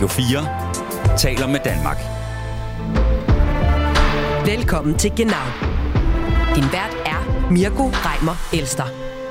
Radio 4 taler med Danmark. Velkommen til Genau. Din vært er Mirko Reimer Elster.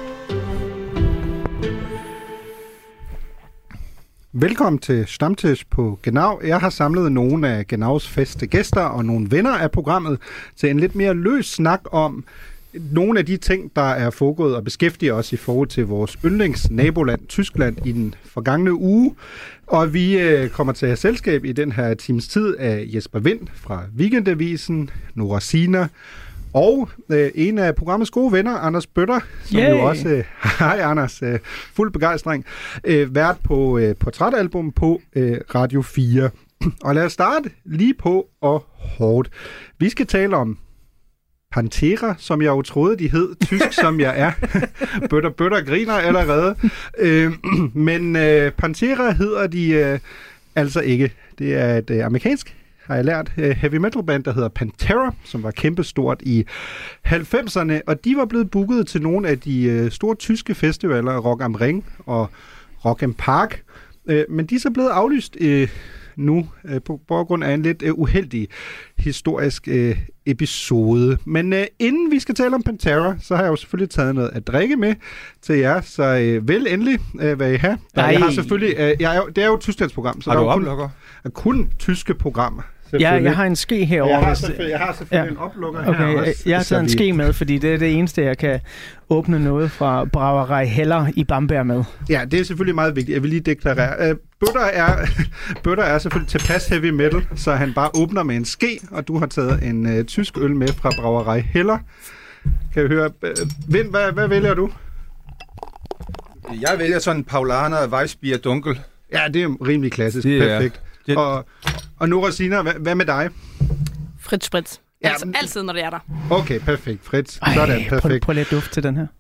Velkommen til Stammtisch på Genau. Jeg har samlet nogle af Genaus faste gæster og nogle venner af programmet til en lidt mere løs snak om nogle af de ting, der er foregået og beskæftiger os i forhold til vores yndlingsnaboland Tyskland i den forgangne uge. Og vi kommer til at have selskab i den her times tid af Jesper Wind fra Weekendavisen, Nora Sina og en af programmets gode venner, Anders Bøtter, som jo også, hej Anders, fuld begejstring, vært på portrætalbum på Radio 4. Og lad os starte lige på og hårdt. Vi skal tale om Pantera, som jeg jo troede, de hed, tysk som jeg er. Bøtter griner allerede. Men Pantera hedder de altså ikke. Det er et amerikansk, har jeg lært, heavy metal band, der hedder Pantera, som var kæmpestort i 90'erne, og de var blevet booket til nogle af de store tyske festivaler, Rock am Ring og Rock am Park, men de er så blevet aflyst nu på baggrund af en lidt uheldig historisk episode. Men inden vi skal tale om Pantera, så har jeg jo selvfølgelig taget noget at drikke med til jer, så vel endelig, hvad I har. Jeg har selvfølgelig, det er jo et tysklandsprogram, så har der du er oplukker? Kun tyske programmer. Ja, jeg har en ske herovre. Jeg har selvfølgelig en oplukker her også. Jeg har taget en ske med, fordi det er det eneste, jeg kan åbne noget fra Brauerei Heller i Bamberg med. Ja, det er selvfølgelig meget vigtigt. Jeg vil lige deklarere. Bøtter er selvfølgelig tilpas heavy metal, så han bare åbner med en ske, og du har taget en tysk øl med fra Brauerei Heller. Kan vi høre? Vind, hvad vælger du? Jeg vælger sådan en Paulaner Weissbier Dunkel. Ja, det er rimelig klassisk. Perfekt. Og Nora Sina, hvad med dig? Fritz Spritz. Ja, altså altid, når det er der. Okay, perfekt. Fritz. Sådan, perfekt. Prøv lige at dufte til den her.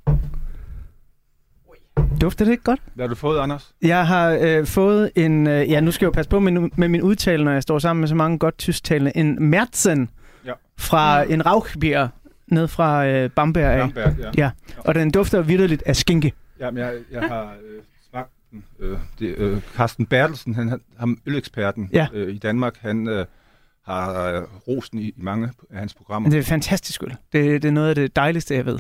Dufter det ikke godt? Hvad har du fået, Anders? Jeg har fået en... nu skal jeg jo passe på med min udtale, når jeg står sammen med så mange godt tysktalende. En Märzen fra en Rauchbier ned fra Bamberg. Ja. Og den dufter vitterligt af skinke. Jamen, jeg har smagt den. Carsten Bertelsen, han øleksperten i Danmark, han har rosen i mange af hans programmer. Det er fantastisk øl. Det er noget af det dejligste, jeg ved.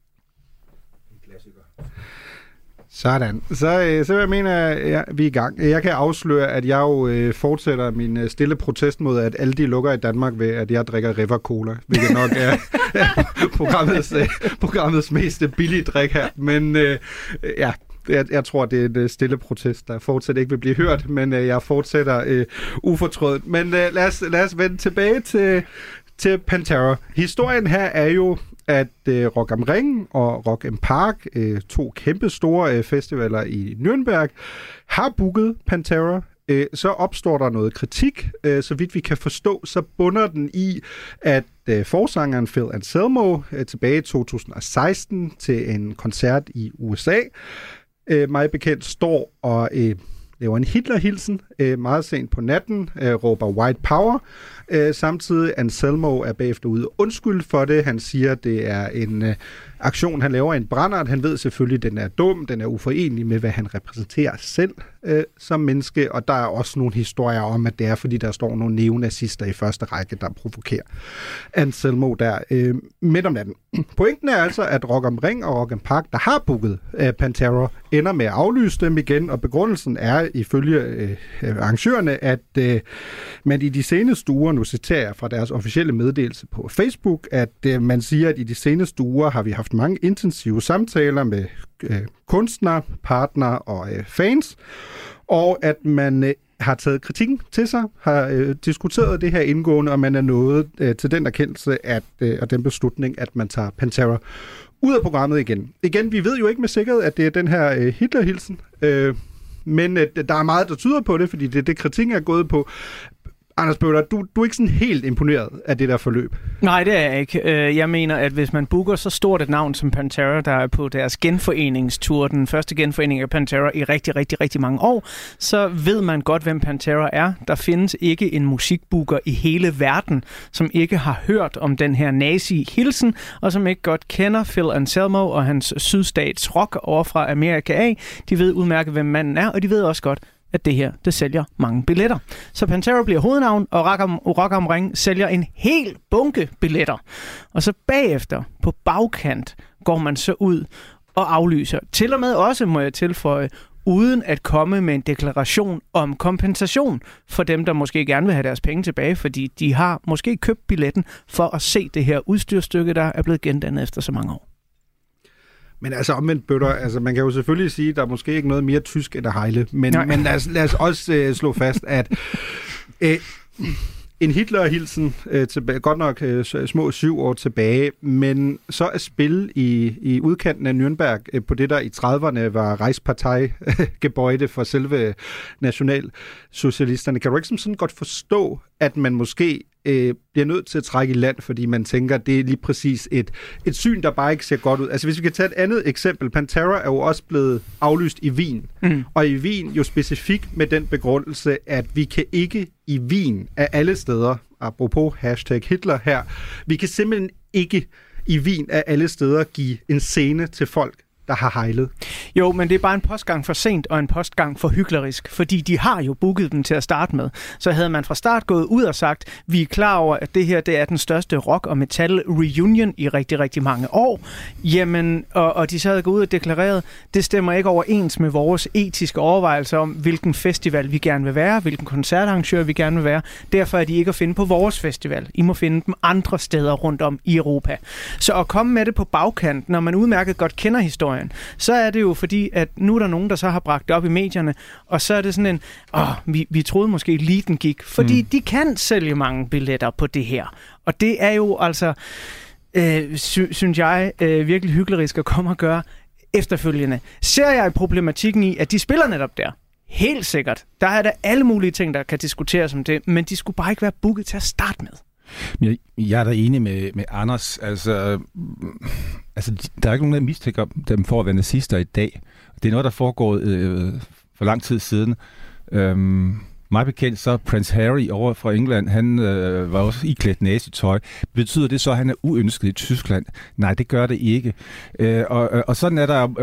Sådan. Så jeg mener, vi er i gang. Jeg kan afsløre, at jeg jo fortsætter min stille protest mod, at alle de lukker i Danmark ved, at jeg drikker River Cola, hvilket nok er programmets mest billige drik her. Men jeg tror, det er en stille protest, der fortsat ikke vil blive hørt, men jeg fortsætter ufortrødent. Men lad os vende tilbage til Pantera. Historien her er jo, at Rock am Ring og Rock am Park, to kæmpe store festivaler i Nürnberg, har booket Pantera. Så opstår der noget kritik. Så vidt vi kan forstå, så bunder den i, at forsangeren Phil Anselmo tilbage i 2016 til en koncert i USA, meget bekendt, står og laver en Hitler-hilsen meget sent på natten, råber White Power. Samtidig Anselmo er bagefter ude undskyld for det. Han siger, at det er en aktion, han laver en brændert. Han ved selvfølgelig, at den er dum, den er uforenelig med, hvad han repræsenterer selv som menneske. Og der er også nogle historier om, at det er, fordi der står nogle neonazister i første række, der provokerer Anselmo der midt om natten. Pointen er altså, at Rock am Ring og Rock am Park, der har booket Pantera, ender med at aflyse dem igen, og begrundelsen er ifølge arrangørerne, at man i de seneste uger, nu citerer jeg fra deres officielle meddelelse på Facebook, at man siger, at i de seneste uger har vi haft mange intensive samtaler med kunstnere, partnere og fans, og at man har taget kritikken til sig, har diskuteret det her indgående, og man er nået til den erkendelse og den beslutning, at man tager Pantera ud af programmet igen. Igen, vi ved jo ikke med sikkerhed, at det er den her Hitler-hilsen, men der er meget, der tyder på det, fordi det er det, kritikken er gået på. Anders Bøtter, du er ikke sådan helt imponeret af det der forløb? Nej, det er jeg ikke. Jeg mener, at hvis man booker så stort et navn som Pantera, der er på deres genforeningstur, den første genforening af Pantera i rigtig, rigtig, rigtig mange år, så ved man godt, hvem Pantera er. Der findes ikke en musikbooker i hele verden, som ikke har hørt om den her nazi-hilsen, og som ikke godt kender Phil Anselmo og hans sydstats rock over fra Amerika af. De ved udmærket, hvem manden er, og de ved også godt, at det her, det sælger mange billetter. Så Pantera bliver hovednavn, og Rock am Ring sælger en hel bunke billetter. Og så bagefter, på bagkant, går man så ud og aflyser. Til og med også, må jeg tilføje, uden at komme med en deklaration om kompensation for dem, der måske gerne vil have deres penge tilbage, fordi de har måske købt billetten for at se det her udstyrstykke, der er blevet gendannet efter så mange år. Men altså omvendt bøtter, altså man kan jo selvfølgelig sige, at der er måske ikke noget mere tysk end at hejle, men lad os også slå fast, at en Hitler-hilsen tilbage, godt nok små 7 år tilbage, men så at spille i udkanten af Nürnberg på det, der i 30'erne var Reichspartei-gebøjde for selve nationalsocialisterne. Kan du ikke sådan godt forstå, at man måske bliver nødt til at trække i land, fordi man tænker, at det er lige præcis et syn, der bare ikke ser godt ud. Altså hvis vi kan tage et andet eksempel. Pantera er jo også blevet aflyst i Wien. Og i Wien jo specifikt med den begrundelse, at vi kan ikke i Wien af alle steder, apropos #Hitler her, vi kan simpelthen ikke i Wien af alle steder give en scene til folk, der har hejlet. Jo, men det er bare en postgang for sent og en postgang for hyklerisk, fordi de har jo booket dem til at starte med. Så havde man fra start gået ud og sagt, vi er klar over, at det her det er den største rock- og metal-reunion i rigtig, rigtig mange år, jamen, og de så havde gået ud og deklareret, det stemmer ikke overens med vores etiske overvejelser om, hvilken festival vi gerne vil være, hvilken koncertarrangør vi gerne vil være. Derfor er de ikke at finde på vores festival. I må finde dem andre steder rundt om i Europa. Så at komme med det på bagkant, når man udmærket godt kender historien, så er det jo fordi, at nu er der nogen, der så har bragt det op i medierne, og så er det sådan en, vi troede måske lige den gik, fordi de kan sælge mange billetter på det her. Og det er jo altså, synes jeg, virkelig hyklerisk at komme og gøre efterfølgende. Ser jeg problematikken i, at de spiller netop der? Helt sikkert. Der er der alle mulige ting, der kan diskuteres om det, men de skulle bare ikke være booket til at starte med. Jeg er da enig med Anders. Altså, der er ikke nogen, der mistænker dem for at være nazister i dag. Det er noget, der foregår for lang tid siden. Meget bekendt, så Prince Harry over fra England, han var også iklædt nazitøj. Betyder det så, at han er uønsket i Tyskland? Nej, det gør det ikke. Og sådan er der,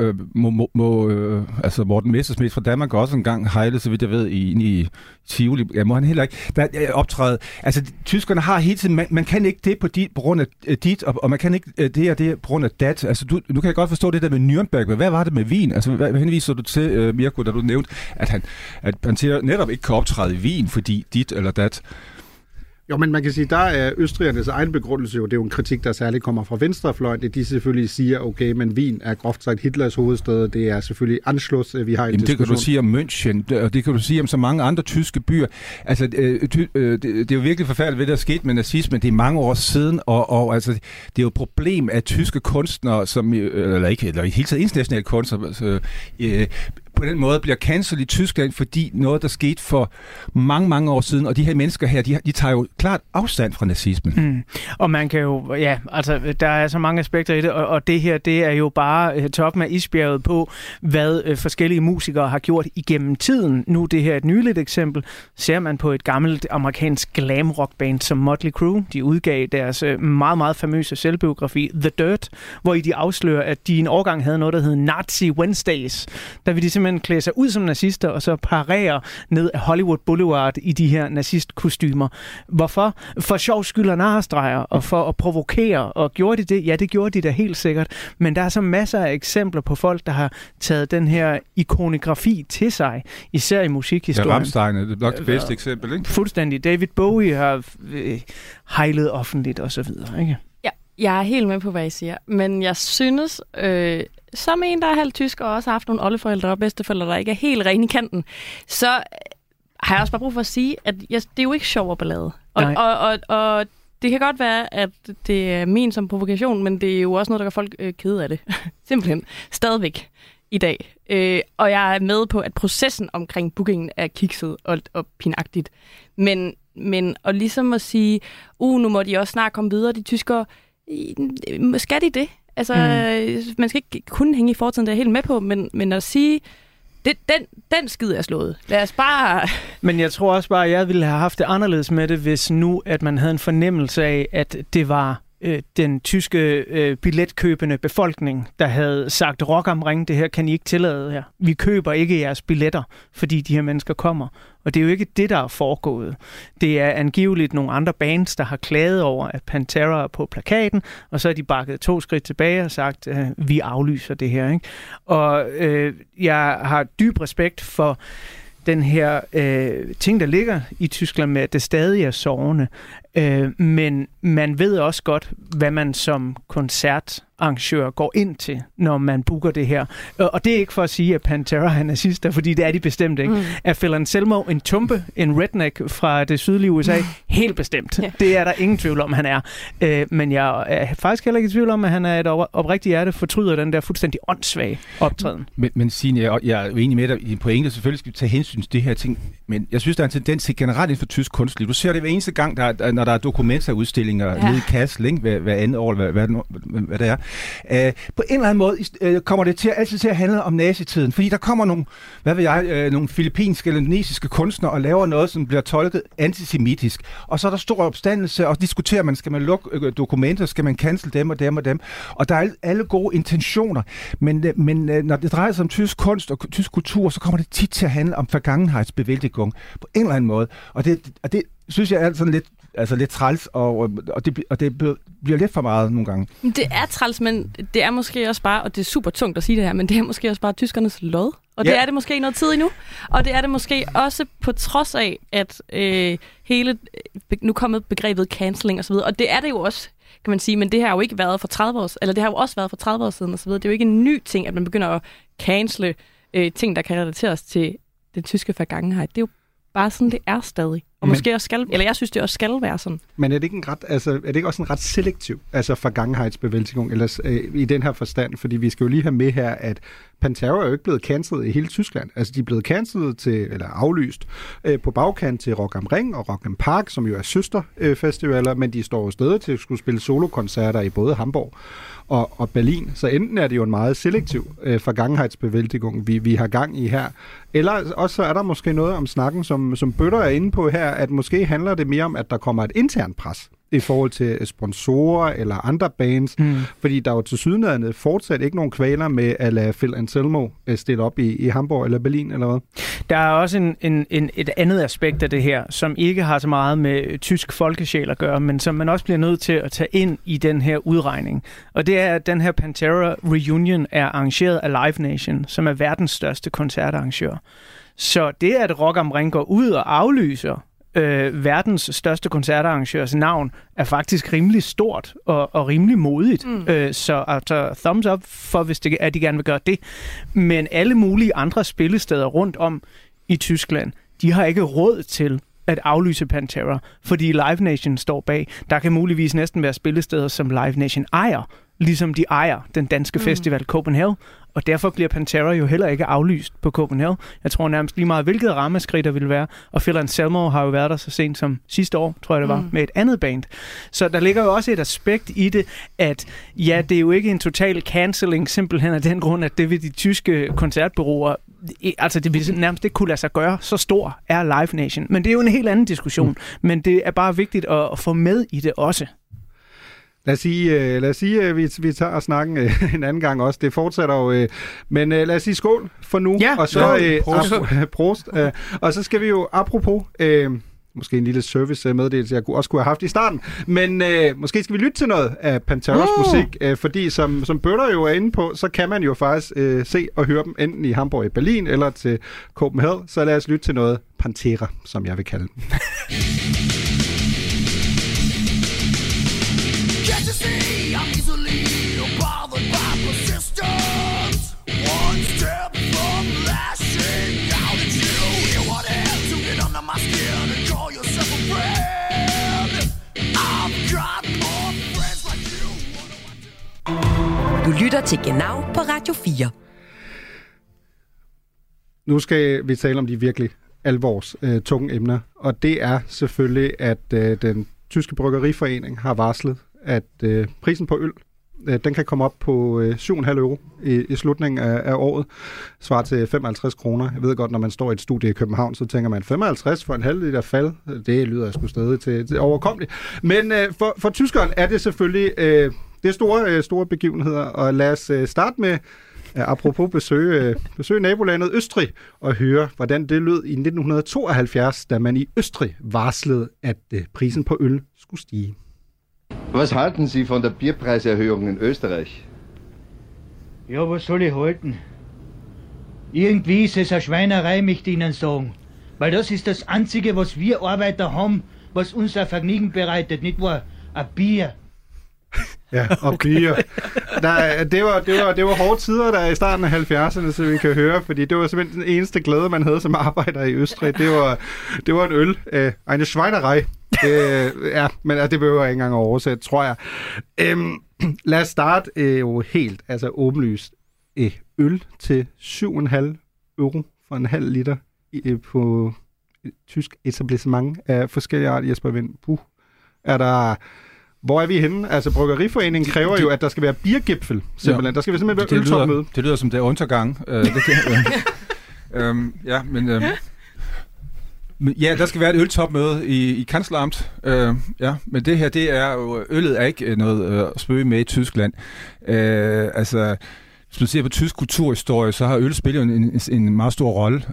altså Morten Messerschmidt fra Danmark også engang hejlet, så vidt jeg ved, i Tivoli. Ja, må han heller ikke. Der er optrædet. Altså, tyskerne har hele tiden, man kan ikke det på grund af dit, og man kan ikke det og det på grund af dat. Altså, du kan godt forstå det der med Nürnberg, men hvad var det med Wien? Altså, hvad henviser du til, Mirko, da du nævnte, at Pantera netop ikke kan optræde i Wien, fordi dit eller dat? Jo, men man kan sige, der er østrigernes egen begrundelse jo, det er jo en kritik, der særligt kommer fra venstrefløjen, det de selvfølgelig siger, okay, men Wien er groft sagt Hitlers hovedstad, det er selvfølgelig Anschluss, vi har en diskussion. Det kan du sige om München, og det kan du sige om så mange andre tyske byer. Altså, det er jo virkelig forfærdeligt, hvad der er sket med nazismen, det er mange år siden, og altså, det er jo et problem, at tyske kunstnere, eller i hele taget internationale kunstnere, på den måde bliver cancelled i Tyskland, fordi noget, der skete for mange, mange år siden, og de her mennesker her, de tager jo klart afstand fra nazismen. Og man kan jo, ja, altså, der er så mange aspekter i det, og det her, det er jo bare toppen af isbjerget på, hvad forskellige musikere har gjort igennem tiden. Nu det her er et nyligt eksempel, ser man på et gammelt amerikansk glam rockband som Motley Crue. De udgav deres meget, meget famøse selvbiografi, The Dirt, hvor de afslører, at de i en årgang havde noget, der hed Nazi Wednesdays. Der vil de simpelthen klæde sig ud som nazister, og så parere ned af Hollywood Boulevard i de her nazistkostymer. Hvorfor? For sjov skyld og narrestreger, og for at provokere. Og gjorde de det? Ja, det gjorde de da helt sikkert. Men der er så masser af eksempler på folk, der har taget den her ikonografi til sig, især i musikhistorien. Ja, Rammstein er nok det bedste eksempel, ikke? Fuldstændig. David Bowie har hejlet offentligt, og så videre, ikke? Ja, jeg er helt med på, hvad I siger. Men jeg synes, som en, der er halvt tysk, og også har haft nogle oldeforældre og bedsteforældre, der ikke er helt ren i kanten, så har jeg også bare brug for at sige, at det er jo ikke sjov og ballade. Og det kan godt være, at det er min som provokation, men det er jo også noget, der gør folk kede af det. Simpelthen. Stadigvæk i dag. Og jeg er med på, at processen omkring bookingen er kikset og pinagtigt. Men og ligesom at sige, nu må de også snart komme videre, de tyskere, skal de det? Altså, man skal ikke kun hænge i fortiden, det er jeg helt med på, men at sige, den skid er slået. Lad os bare... Men jeg tror også bare, at jeg ville have haft det anderledes med det, hvis nu, at man havde en fornemmelse af, at det var den tyske billetkøbende befolkning, der havde sagt, Rock am Ring, det her kan I ikke tillade her. Vi køber ikke jeres billetter, fordi de her mennesker kommer. Og det er jo ikke det, der er foregået. Det er angiveligt nogle andre bands, der har klaget over, at Pantera er på plakaten, og så har de bakket 2 skridt tilbage og sagt, vi aflyser det her. Ikke? Og jeg har dyb respekt for den her ting, der ligger i Tyskland med, at det stadig er sårende. Men man ved også godt, hvad man som koncertarrangør går ind til, når man booker det her. Og det er ikke for at sige, at Pantera er nazister, fordi det er de bestemt ikke. Er Phil Anselmo en tumpe, en redneck fra det sydlige USA? Helt bestemt. Ja. Det er der ingen tvivl om, han er. Men jeg er faktisk heller ikke i tvivl om, at han er et oprigtigt hjerte, fortryder den der fuldstændig åndssvage optræden. Men Signe, jeg er jo enig med dig i pointe. Selvfølgelig skal vi tage hensyn til det her ting. Men jeg synes, der er en tendens til generelt inden for tysk kunstliv. Du ser det hver eneste gang, når der er dokumentarudstillinger nede i Kassel, ikke? Hver andet år, hvad det er. På en eller anden måde kommer det altid til at handle om nazitiden, fordi der kommer nogle filippinske eller indonesiske kunstnere og laver noget, som bliver tolket antisemitisk. Og så er der stor opstandelse, og diskuterer man, skal man lukke dokumenter, skal man cancel dem og dem og dem. Og der er alle gode intentioner, men når det drejer sig om tysk kunst og tysk kultur, så kommer det tit til at handle om Vergangenheitsbewältigung på en eller anden måde. Og det synes jeg er sådan lidt træls, og det bliver lidt for meget nogle gange. Det er træls, men det er måske også bare, og det er super tungt at sige det her, men det er måske også bare tyskernes lod. Og det er det måske noget tid endnu. Og det er det måske også på trods af, at nu kommet begrebet cancelling og så videre. Og det er det jo også, kan man sige, men det har jo ikke været for 30 år, eller det har jo også været for 30 år siden og så videre. Det er jo ikke en ny ting, at man begynder at cancele ting, der kan relateres til den tyske Vergangenheit. Det er jo bare sådan, det er stadig. Og måske også skal, eller jeg synes, det også skal være sådan. Men er det ikke også en ret selektiv, Vergangenheitsbewältigung, eller i den her forstand? Fordi vi skal jo lige have med her, at Pantera er jo ikke blevet cancelled i hele Tyskland. Altså, de er blevet cancelled eller aflyst på bagkant til Rock am Ring og Rock am Park, som jo er søsterfestivaler, men de står jo stadig til at skulle spille solokoncerter i både Hamburg og Berlin. Så enten er det jo en meget selektiv Vergangenheitsbewältigung, vi har gang i her, eller også er der måske noget om snakken, som Bøtter er inde på her, at måske handler det mere om, at der kommer et internt pres i forhold til sponsorer eller andre bands, fordi der er jo tilsyneladende fortsat ikke nogen kvaler med at lade Phil Anselmo stille op i Hamburg eller Berlin eller hvad? Der er også et andet aspekt af det her, som ikke har så meget med tysk folkesjæl at gøre, men som man også bliver nødt til at tage ind i den her udregning. Og det er, at den her Pantera Reunion er arrangeret af Live Nation, som er verdens største koncertarrangør. Så det, at Rock am Ring går ud og aflyser verdens største koncertarrangørs navn, er faktisk rimelig stort og rimelig modigt. Så altså, thumbs up for, hvis de gerne vil gøre det. Men alle mulige andre spillesteder rundt om i Tyskland, de har ikke råd til at aflyse Pantera, fordi Live Nation står bag. Der kan muligvis næsten være spillesteder, som Live Nation ejer, ligesom de ejer den danske festival Copenhagen, og derfor bliver Pantera jo heller ikke aflyst på Copenhagen. Jeg tror nærmest lige meget, hvilket ramaskrig der ville være. Og Phil Anselmo har jo været der så sent som sidste år, tror jeg det var, med et andet band. Så der ligger jo også et aspekt i det, at ja, det er jo ikke en total cancelling, simpelthen af den grund, at det ved de tyske koncertbureauer, altså det vil nærmest ikke kunne lade sig gøre, så stor er Live Nation. Men det er jo en helt anden diskussion. Men det er bare vigtigt at få med i det også. Lad os sige, at vi tager snakken en anden gang også. Det fortsætter jo. Men lad os sige skål for nu. Ja, og så prost. Og så skal vi jo, apropos, måske en lille service-meddelelse, jeg også kunne have haft i starten, men måske skal vi lytte til noget af Panteras musik, fordi som Bøtter jo er inde på, så kan man jo faktisk se og høre dem enten i Hamburg, i Berlin eller til Copenhagen. Så lad os lytte til noget Pantera, som jeg vil kalde dem. Du lytter til Genau på Radio 4. Nu skal vi tale om de virkelig tunge emner, og det er selvfølgelig, at den tyske bryggeriforening har varslet, at prisen på øl Den kan komme op på 7,5 euro i slutningen af året. Svar til 55 kroner. Jeg ved godt, når man står i et studie i København, så tænker man 55 for en halv liter fald. Det lyder sgu stadig til overkommeligt. Men for tyskeren er det selvfølgelig det er store begivenheder, og lad os starte med apropos besøge nabolandet Østrig og høre, hvordan det lød i 1972, da man i Østrig varslede, at prisen på øl skulle stige. Was halten Sie von der Bierpreiserhöhung in Österreich? Ja, was soll ich halten? Irgendwie ist es eine Schweinerei, möchte ich Ihnen sagen. Weil das ist das Einzige, was wir Arbeiter haben, was uns ein Vergnügen bereitet, nicht wahr? Ein Bier. Ja, og bier. Det var hårde tider der i starten af 70'erne, så vi kan høre, fordi det var simpelthen den eneste glæde, man havde som arbejder i Østrig. Det var en øl. Eine Schweinerei. Men det behøver jeg ikke engang at oversætte, tror jeg. Lad os starte jo helt, altså åbenlyst. Øl til 7,5 euro for en halv liter på et tysk etablissement af forskellige arter. Jesper Wind, hvor er vi henne? Altså, Bryggeriforeningen kræver jo, at der skal være biergipfel, simpelthen. Ja. Der skal simpelthen være øltopmøde. Det lyder som det er undergang. Ja, der skal være et øltopmøde i Kanzleramt. Men det her, det er jo... Øllet er ikke noget at spøge med i Tyskland. Altså... Hvis man ser på tysk kulturhistorie, så har øl spillet en meget stor rolle.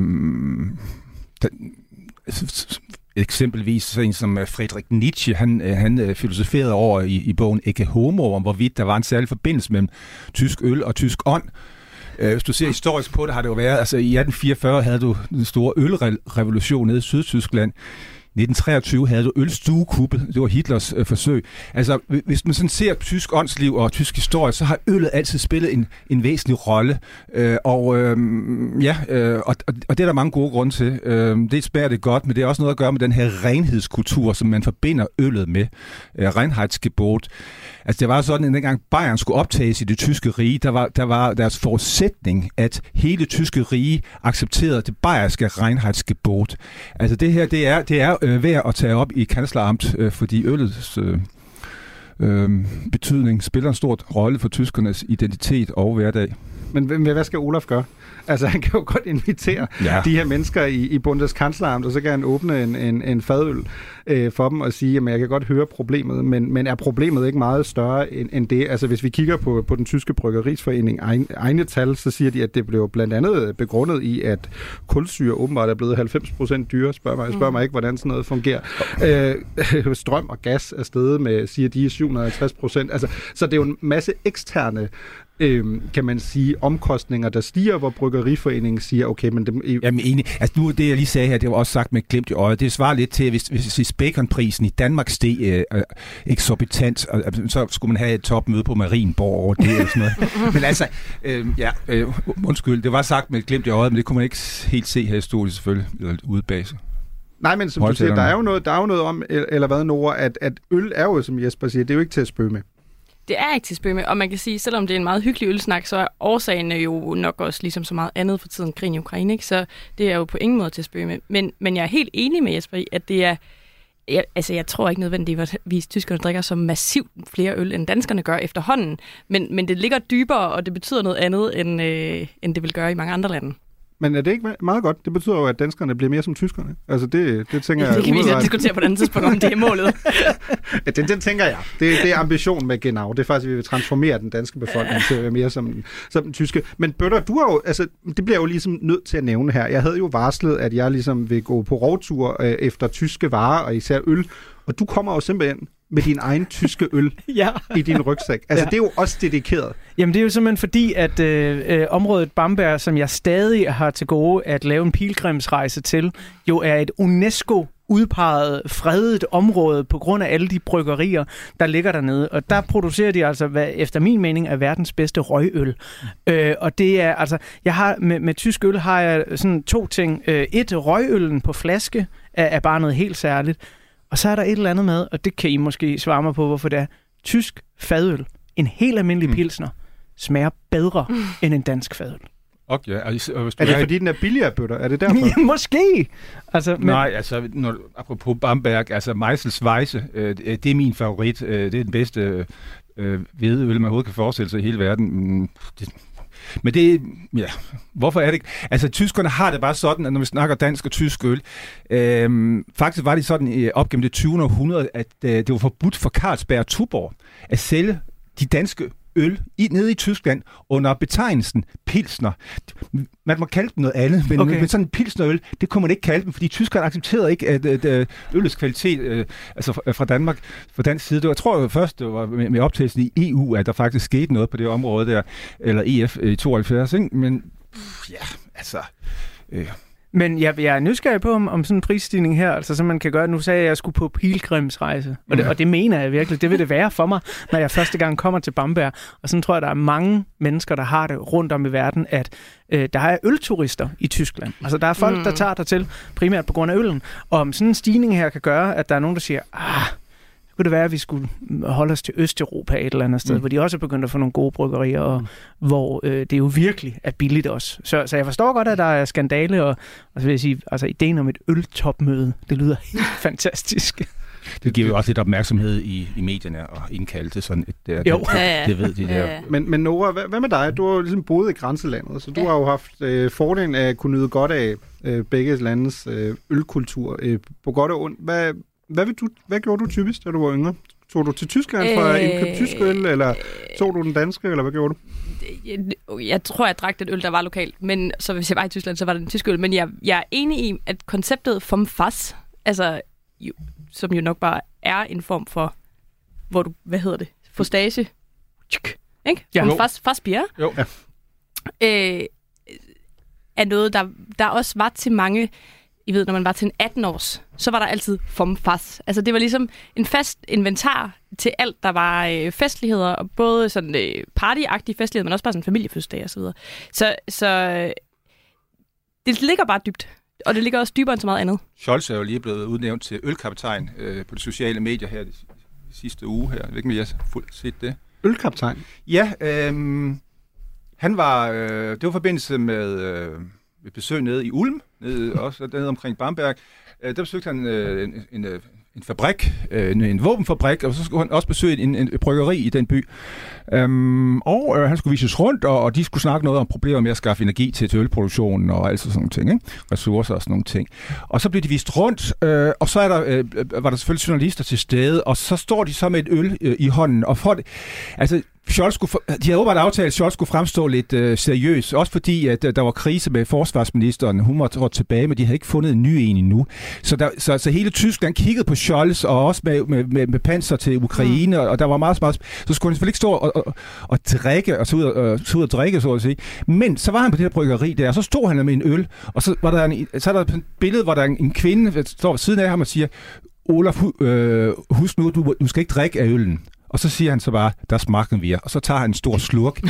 Eksempelvis så en som Friedrich Nietzsche, han filosoferede over i bogen Ecce Homo, om hvorvidt der var en særlig forbindelse mellem tysk øl og tysk ånd. Hvis du ser historisk på det, har det jo været, altså i 1844 havde du den store ølrevolution nede i Sydtyskland. I 1923 havde du ølstuekuppet. Det var Hitlers forsøg. Altså, hvis man sådan ser tysk åndsliv og tysk historie, så har øllet altid spillet en væsentlig rolle. Og det er der mange gode grunde til. Det smager det godt, men det er også noget at gøre med den her renhedskultur, som man forbinder øllet med. Reinheitsgebot. Altså, det var sådan, at dengang Bayern skulle optages i det tyske rige, der var deres forudsætning, at hele tyske rige accepterede det bayerske Reinheitsgebot. Altså, det her, det er værd at tage op i Kanzleramt, fordi øllets betydning spiller en stor rolle for tyskernes identitet og hverdag. Men hvad skal Olaf gøre? Altså, han kan jo godt invitere de her mennesker i Bundeskanzleramt, og så kan han åbne en fadøl for dem og sige, at jeg kan godt høre problemet, men er problemet ikke meget større end det? Altså, hvis vi kigger på den tyske bryggerisforening egne tal, så siger de, at det blev blandt andet begrundet i, at kulsyre åbenbart er blevet 90% dyre. Spørg mig ikke, hvordan sådan noget fungerer. Strøm og gas er steget med, siger de, 750%. Altså, så det er jo en masse eksterne kan man sige, omkostninger, der stiger, hvor Bryggeriforeningen siger, okay, men dem... Jamen enig. Altså nu, det jeg lige sagde her, det var også sagt med glimt i øjet. Det svarer lidt til, hvis baconprisen i Danmark steg eksorbitant, så skulle man have et topmøde på Marienborg over det eller sådan noget. Men altså, undskyld, det var sagt med glimt i øjet, men det kunne man ikke helt se her i studiet selvfølgelig, eller ude base. Nej, men som du siger, der er jo noget om, eller hvad, Nora, at øl er jo, som Jesper siger, det er jo ikke til at spøge med. Det er ikke til at spøge med, og man kan sige, selvom det er en meget hyggelig ølsnak, så er årsagen jo nok også ligesom så meget andet for tiden krigen i Ukraine, ikke? Så det er jo på ingen måde til at spøge med. Men jeg er helt enig med Jesper i, at det er... Jeg tror ikke nødvendigvis, at tyskerne drikker så massivt flere øl, end danskerne gør efterhånden, men det ligger dybere, og det betyder noget andet, end det vil gøre i mange andre lande. Men er det ikke meget godt? Det betyder jo, at danskerne bliver mere som tyskerne. Altså det tænker jeg... Det kan vi lige diskutere på et andet tidspunkt, om det er målet. Ja, den tænker jeg. Det er ambitionen med Genau. Det er faktisk, at vi vil transformere den danske befolkning til at være mere som den tyske. Men Bøtter, du har jo... Altså, det bliver jo ligesom nødt til at nævne her. Jeg havde jo varslet, at jeg ligesom vil gå på rovtur efter tyske varer, og især øl. Og du kommer jo simpelthen med din egen tyske øl i din rygsæk. Altså, det er jo også dedikeret. Jamen, det er jo simpelthen fordi, at området Bamberg, som jeg stadig har til gode at lave en pilgrimsrejse til, jo er et UNESCO-udpeget, fredet område på grund af alle de bryggerier, der ligger dernede. Og der producerer de altså, hvad efter min mening er verdens bedste røgøl. Og det er altså, jeg har med tysk øl har jeg sådan to ting. Røgøllen på flaske er bare noget helt særligt. Og så er der et eller andet med, og det kan I måske svare mig på, hvorfor det er. Tysk fadøl, en helt almindelig pilsner, smager bedre end en dansk fadøl. Okay. Er det fordi, den er billigere, Bøtter? Er det derfor? Ja, måske. Altså, nej, altså, apropos Bamberg, altså Meisels Weisse, det er min favorit. Det er den bedste hvedeøl, man overhovedet kan forestille sig i hele verden. Men det, ja, hvorfor er det ikke? Altså, tyskerne har det bare sådan, at når vi snakker dansk og tysk øl, faktisk var det sådan op gennem det 20. århundrede, at det var forbudt for Carlsberg og Tuborg at sælge de danske øl nede i Tyskland under betegnelsen pilsner. Man må kalde dem noget andet, men sådan en pilsnerøl, det kunne man ikke kalde dem, fordi tyskerne accepterede ikke, at øllets kvalitet altså fra Danmark, fra dansk side. Jeg tror først, det var med optagelsen i EU, at der faktisk skete noget på det område der, eller EF i 72, ikke? Men ja, altså... Men jeg er nysgerrig på, om sådan en prisstigning her, altså så man kan gøre, nu sagde jeg, at jeg skulle på pilgrimsrejse, og det mener jeg virkelig, det vil det være for mig, når jeg første gang kommer til Bamberg, og sådan tror jeg, der er mange mennesker, der har det rundt om i verden, at der er ølturister i Tyskland. Altså der er folk, der tager dertil, primært på grund af øllen, og om sådan en stigning her kan gøre, at der er nogen, der siger, kunne det være, at vi skulle holde os til Østeuropa et eller andet sted, hvor de også er begyndt at få nogle gode bryggerier, og hvor det jo virkelig er billigt også. Så jeg forstår godt, at der er skandale, og så vil jeg sige, altså ideen om et øltopmøde, det lyder helt fantastisk. Det giver jo også lidt opmærksomhed i medierne og indkalde til sådan et der. Det ved de der. Men Nora, hvad med dig? Du har jo ligesom boet i grænselandet, så du har jo haft fordelen af at kunne nyde godt af begge landes ølkultur på godt og ondt. Hvad gjorde du typisk, da du var yngre? Tog du til Tyskland for at indkøbe tysk øl, eller tog du den danske, eller hvad gjorde du? Jeg tror, jeg drak den øl, der var lokalt, men så hvis jeg var i Tyskland, så var det den tyske øl. Men jeg er enig i, at konceptet vom Fass, altså, som jo nok bare er en form for, hvor du, forstage, ikke? Ja. Vom Fassbier, er noget, der også var til mange. I ved, når man var til en 18-års, så var der altid vom Fass. Altså, det var ligesom en fast inventar til alt, der var festligheder, og både sådan partyagtige festligheder, men også bare sådan familiefødselsdage og så videre. Så det ligger bare dybt, og det ligger også dybere end så meget andet. Scholz er jo lige blevet udnævnt til ølkaptajn på de sociale medier her de sidste uge her. Jeg ved ikke, om I har set det. Ølkaptajn? Ja, han var, det var forbindelse med... et besøg nede i Ulm, også nede omkring Bamberg. Der besøgte han en fabrik, en våbenfabrik, og så skulle han også besøge en bryggeri i den by. Han skulle vises rundt, og de skulle snakke noget om problemer med at skaffe energi til ølproduktionen og altså sådan nogle ting, ikke? Ressourcer og sådan nogle ting. Og så blev de vist rundt, og så var der selvfølgelig journalister til stede, og så står de så med et øl i hånden, og for det, altså de havde åbenbart aftalt, at Scholz skulle fremstå lidt seriøs, også fordi at der var krise med forsvarsministeren. Hun var trådt tilbage, men de havde ikke fundet en ny en endnu. Så hele Tyskland kiggede på Scholz, og også med panser til Ukraine, og der var meget. Så skulle han selvfølgelig ikke stå og drikke, og så ud og drikke, så at sige. Men så var han på det her bryggeri der, og så stod han med en øl, og så var der et billede, hvor der en kvinde, der står ved siden af ham og siger, Olaf, husk nu, du skal ikke drikke af øllen. Og så siger han så bare, der smager vi, og så tager han en stor slurk.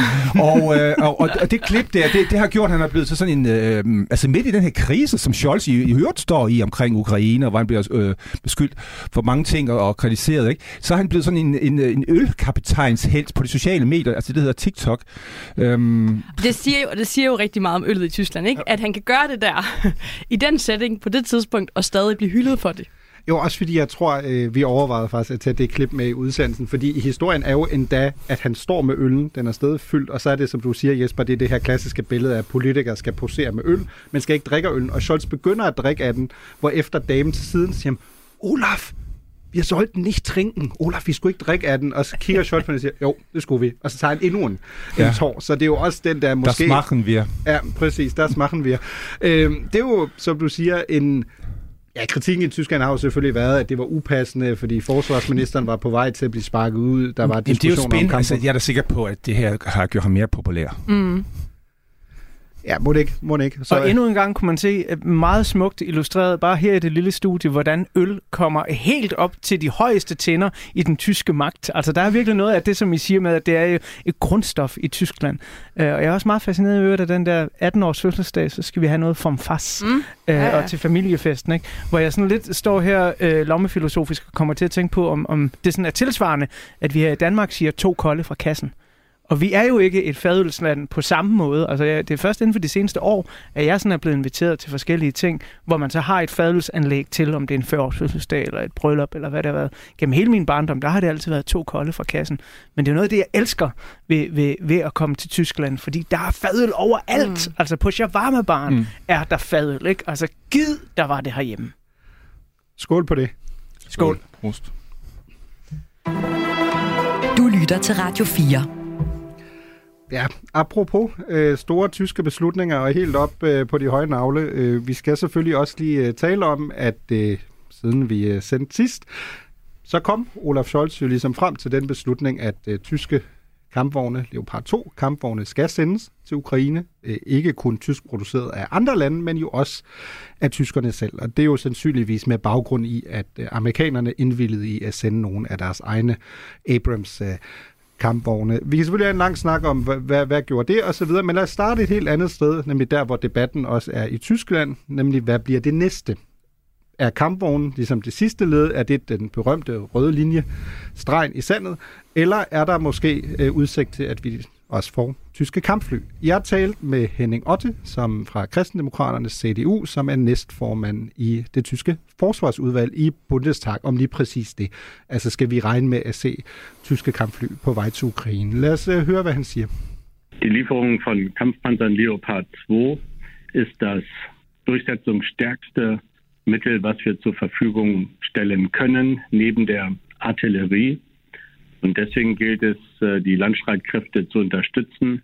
og det klip der, det har gjort, at han er blevet så sådan en... altså midt i den her krise, som Scholz i øvrigt står i omkring Ukraine, hvor han bliver beskyldt for mange ting og kritiseret, ikke? Så er han blevet sådan en ølkaptajns helt på de sociale medier, altså det hedder TikTok. Det siger jo rigtig meget om øllet i Tyskland, ikke? At han kan gøre det der i den setting på det tidspunkt, og stadig blive hyldet for det. Jo, også fordi jeg tror, vi overvejede faktisk at tage det klip med i udsendelsen, fordi historien er jo endda, at han står med øllen, den er stadig fyldt, og så er det, som du siger, Jesper, det er det her klassiske billede af, at politikere skal posere med øl, men skal ikke drikke øllen, og Scholz begynder at drikke af den, hvor efter damen til siden siger, Olaf, vi sollten nicht trinken. Olaf, vi skulle ikke drikke af den. Og så kigger Scholz på den og siger, jo, det skulle vi. Og så tager han endnu en tår. Så det er jo også den der måske... Der smagen vi. Ja, præcis, der smagen vi. Det er jo, som du siger, en... Ja, kritikken i Tyskland har jo selvfølgelig været, at det var upassende, fordi forsvarsministeren var på vej til at blive sparket ud. Der var diskussioner om kampen. Altså, jeg er da sikker på, at det her har gjort ham mere populær. Mm. Ja, må det ikke. Så endnu en gang kunne man se meget smukt illustreret, bare her i det lille studie, hvordan øl kommer helt op til de højeste tænder i den tyske magt. Altså, der er virkelig noget af det, som I siger med, at det er jo et grundstof i Tyskland. Og jeg er også meget fascineret over, at den der 18-års fødselsdag, så skal vi have noget vom Fass. Og til familiefesten, ikke? Hvor jeg sådan lidt står her lommefilosofisk og kommer til at tænke på, om det sådan er tilsvarende, at vi her i Danmark siger 2 kolde fra kassen. Og vi er jo ikke et fadølsland på samme måde. Altså, det er først inden for de seneste år, at jeg sådan er blevet inviteret til forskellige ting, hvor man så har et fadølsanlæg til, om det er en 40-årsfødselsdag eller et bryllup, eller hvad det har været. Gennem hele min barndom, der har det altid været 2 kolde fra kassen. Men det er noget af det, jeg elsker ved at komme til Tyskland, fordi der er fadøl overalt. Altså, på shawarma-baren er der fadøl, ikke? Altså, gid, der var det herhjemme. Skål på det. Skål. Prost. Du lytter til Radio 4. Ja, apropos store tyske beslutninger og helt op på de høje navle. Vi skal selvfølgelig også lige tale om, at siden vi sendte sidst, så kom Olaf Scholz jo ligesom frem til den beslutning, at tyske kampvogne, Leopard 2 kampvogne, skal sendes til Ukraine. Ikke kun tysk produceret af andre lande, men jo også af tyskerne selv. Og det er jo sandsynligvis med baggrund i, at amerikanerne indvilligede i at sende nogle af deres egne Abrams kampvogne. Vi kan selvfølgelig have en lang snak om, hvad gjorde det og så videre, men lad os starte et helt andet sted, nemlig der, hvor debatten også er i Tyskland, nemlig hvad bliver det næste? Er kampvognen, ligesom det sidste led, er det den berømte røde linje, stregen i sandet, eller er der måske udsigt til, at vi også får tyske kampfly? Jeg talte med Henning Otte, som fra Kristendemokraternes CDU, som er næstformand i det tyske forsvarsudvalg i Bundestag, om lige præcis det. Altså skal vi regne med at se tyske kampfly på vej til Ukraine? Lad os høre, hvad han siger. Die Lieferung von Kampfpanzern Leopard 2 ist das durchsetzungsstärkste Mittel, was wir zur Verfügung stellen können, neben der Artillerie. Und deswegen gilt es, die Landstreitkräfte zu unterstützen.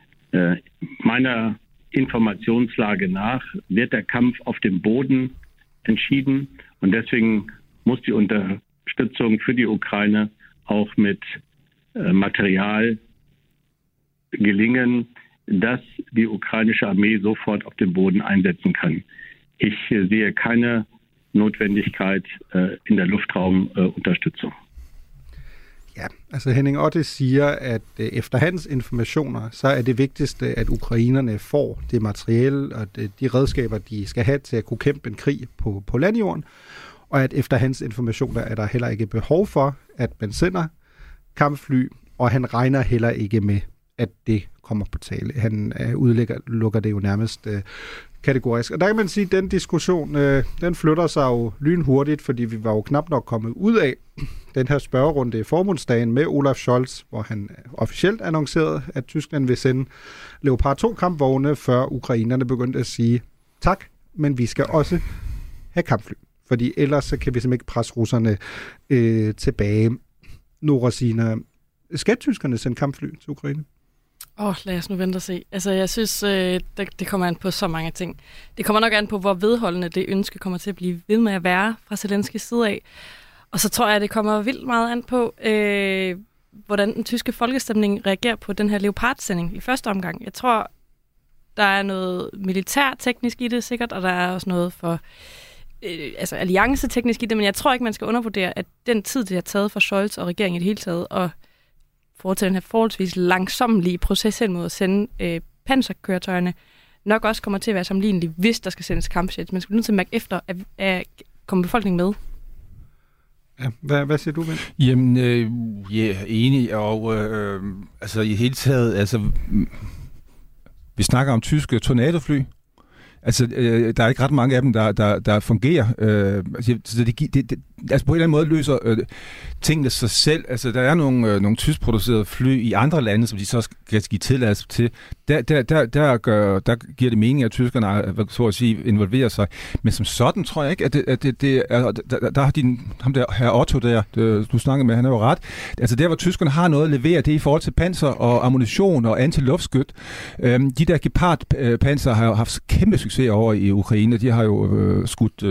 Meiner Informationslage nach wird der Kampf auf dem Boden entschieden. Und deswegen muss die Unterstützung für die Ukraine auch mit Material gelingen, dass die ukrainische Armee sofort auf dem Boden einsetzen kann. Ich sehe keine Notwendigkeit in der Luftraumunterstützung. Ja, altså Henning Otte siger, at efter hans informationer, så er det vigtigste, at ukrainerne får det materiale og de redskaber, de skal have til at kunne kæmpe en krig på landjorden, og at efter hans informationer er der heller ikke behov for, at man sender kampfly, og han regner heller ikke med, at det kommer på tale. Han udelukker det jo nærmest kategorisk. Og der kan man sige, at den diskussion, den flytter sig jo lynhurtigt, fordi vi var jo knap nok kommet ud af den her spørgerunde i forbundsdagen med Olaf Scholz, hvor han officielt annoncerede, at Tyskland vil sende Leopard 2 kampvogne, før ukrainerne begyndte at sige tak, men vi skal også have kampfly, fordi ellers så kan vi simpelthen ikke presse russerne tilbage. Nora Sina, skal tyskerne sende kampfly til Ukraine? Lad os nu vente og se. Altså, jeg synes, det kommer an på så mange ting. Det kommer nok an på, hvor vedholdende det ønske kommer til at blive ved med at være fra Zelenskys side af. Og så tror jeg, at det kommer vildt meget an på, hvordan den tyske folkestemning reagerer på den her Leopard-sending i første omgang. Jeg tror, der er noget militærteknisk i det sikkert, og der er også noget for allianceteknisk i det, men jeg tror ikke, man skal undervurdere, at den tid, det har taget for Scholz og regeringen i det hele taget, og foretage den her forholdsvis langsommelige proces hen mod at sende panserkøretøjerne, nok også kommer til at være sammenlignelig, hvis der skal sendes kampjets. Man skal nødt til at mærke efter, at komme befolkningen med. Ja, hvad siger du, Ben? Jamen, enig, og altså i hele taget, vi snakker om tyske tornadofly. Altså, der er ikke ret mange af dem, der fungerer. Så altså på en eller anden måde løser tingene sig selv. Altså, der er nogle tyskproducerede fly i andre lande, som de så skal give tilladelse til. Der giver det mening, at tyskerne så at sige involverer sig. Men som sådan tror jeg ikke, at det er... Der har ham der, herr Otto der, du snakkede med, han er jo ret. Altså, der hvor tyskerne har noget at levere, det er i forhold til panser og ammunition og antiluftskyt. De der Gepard-panser har jo haft kæmpe succes over i Ukraine. De har jo skudt...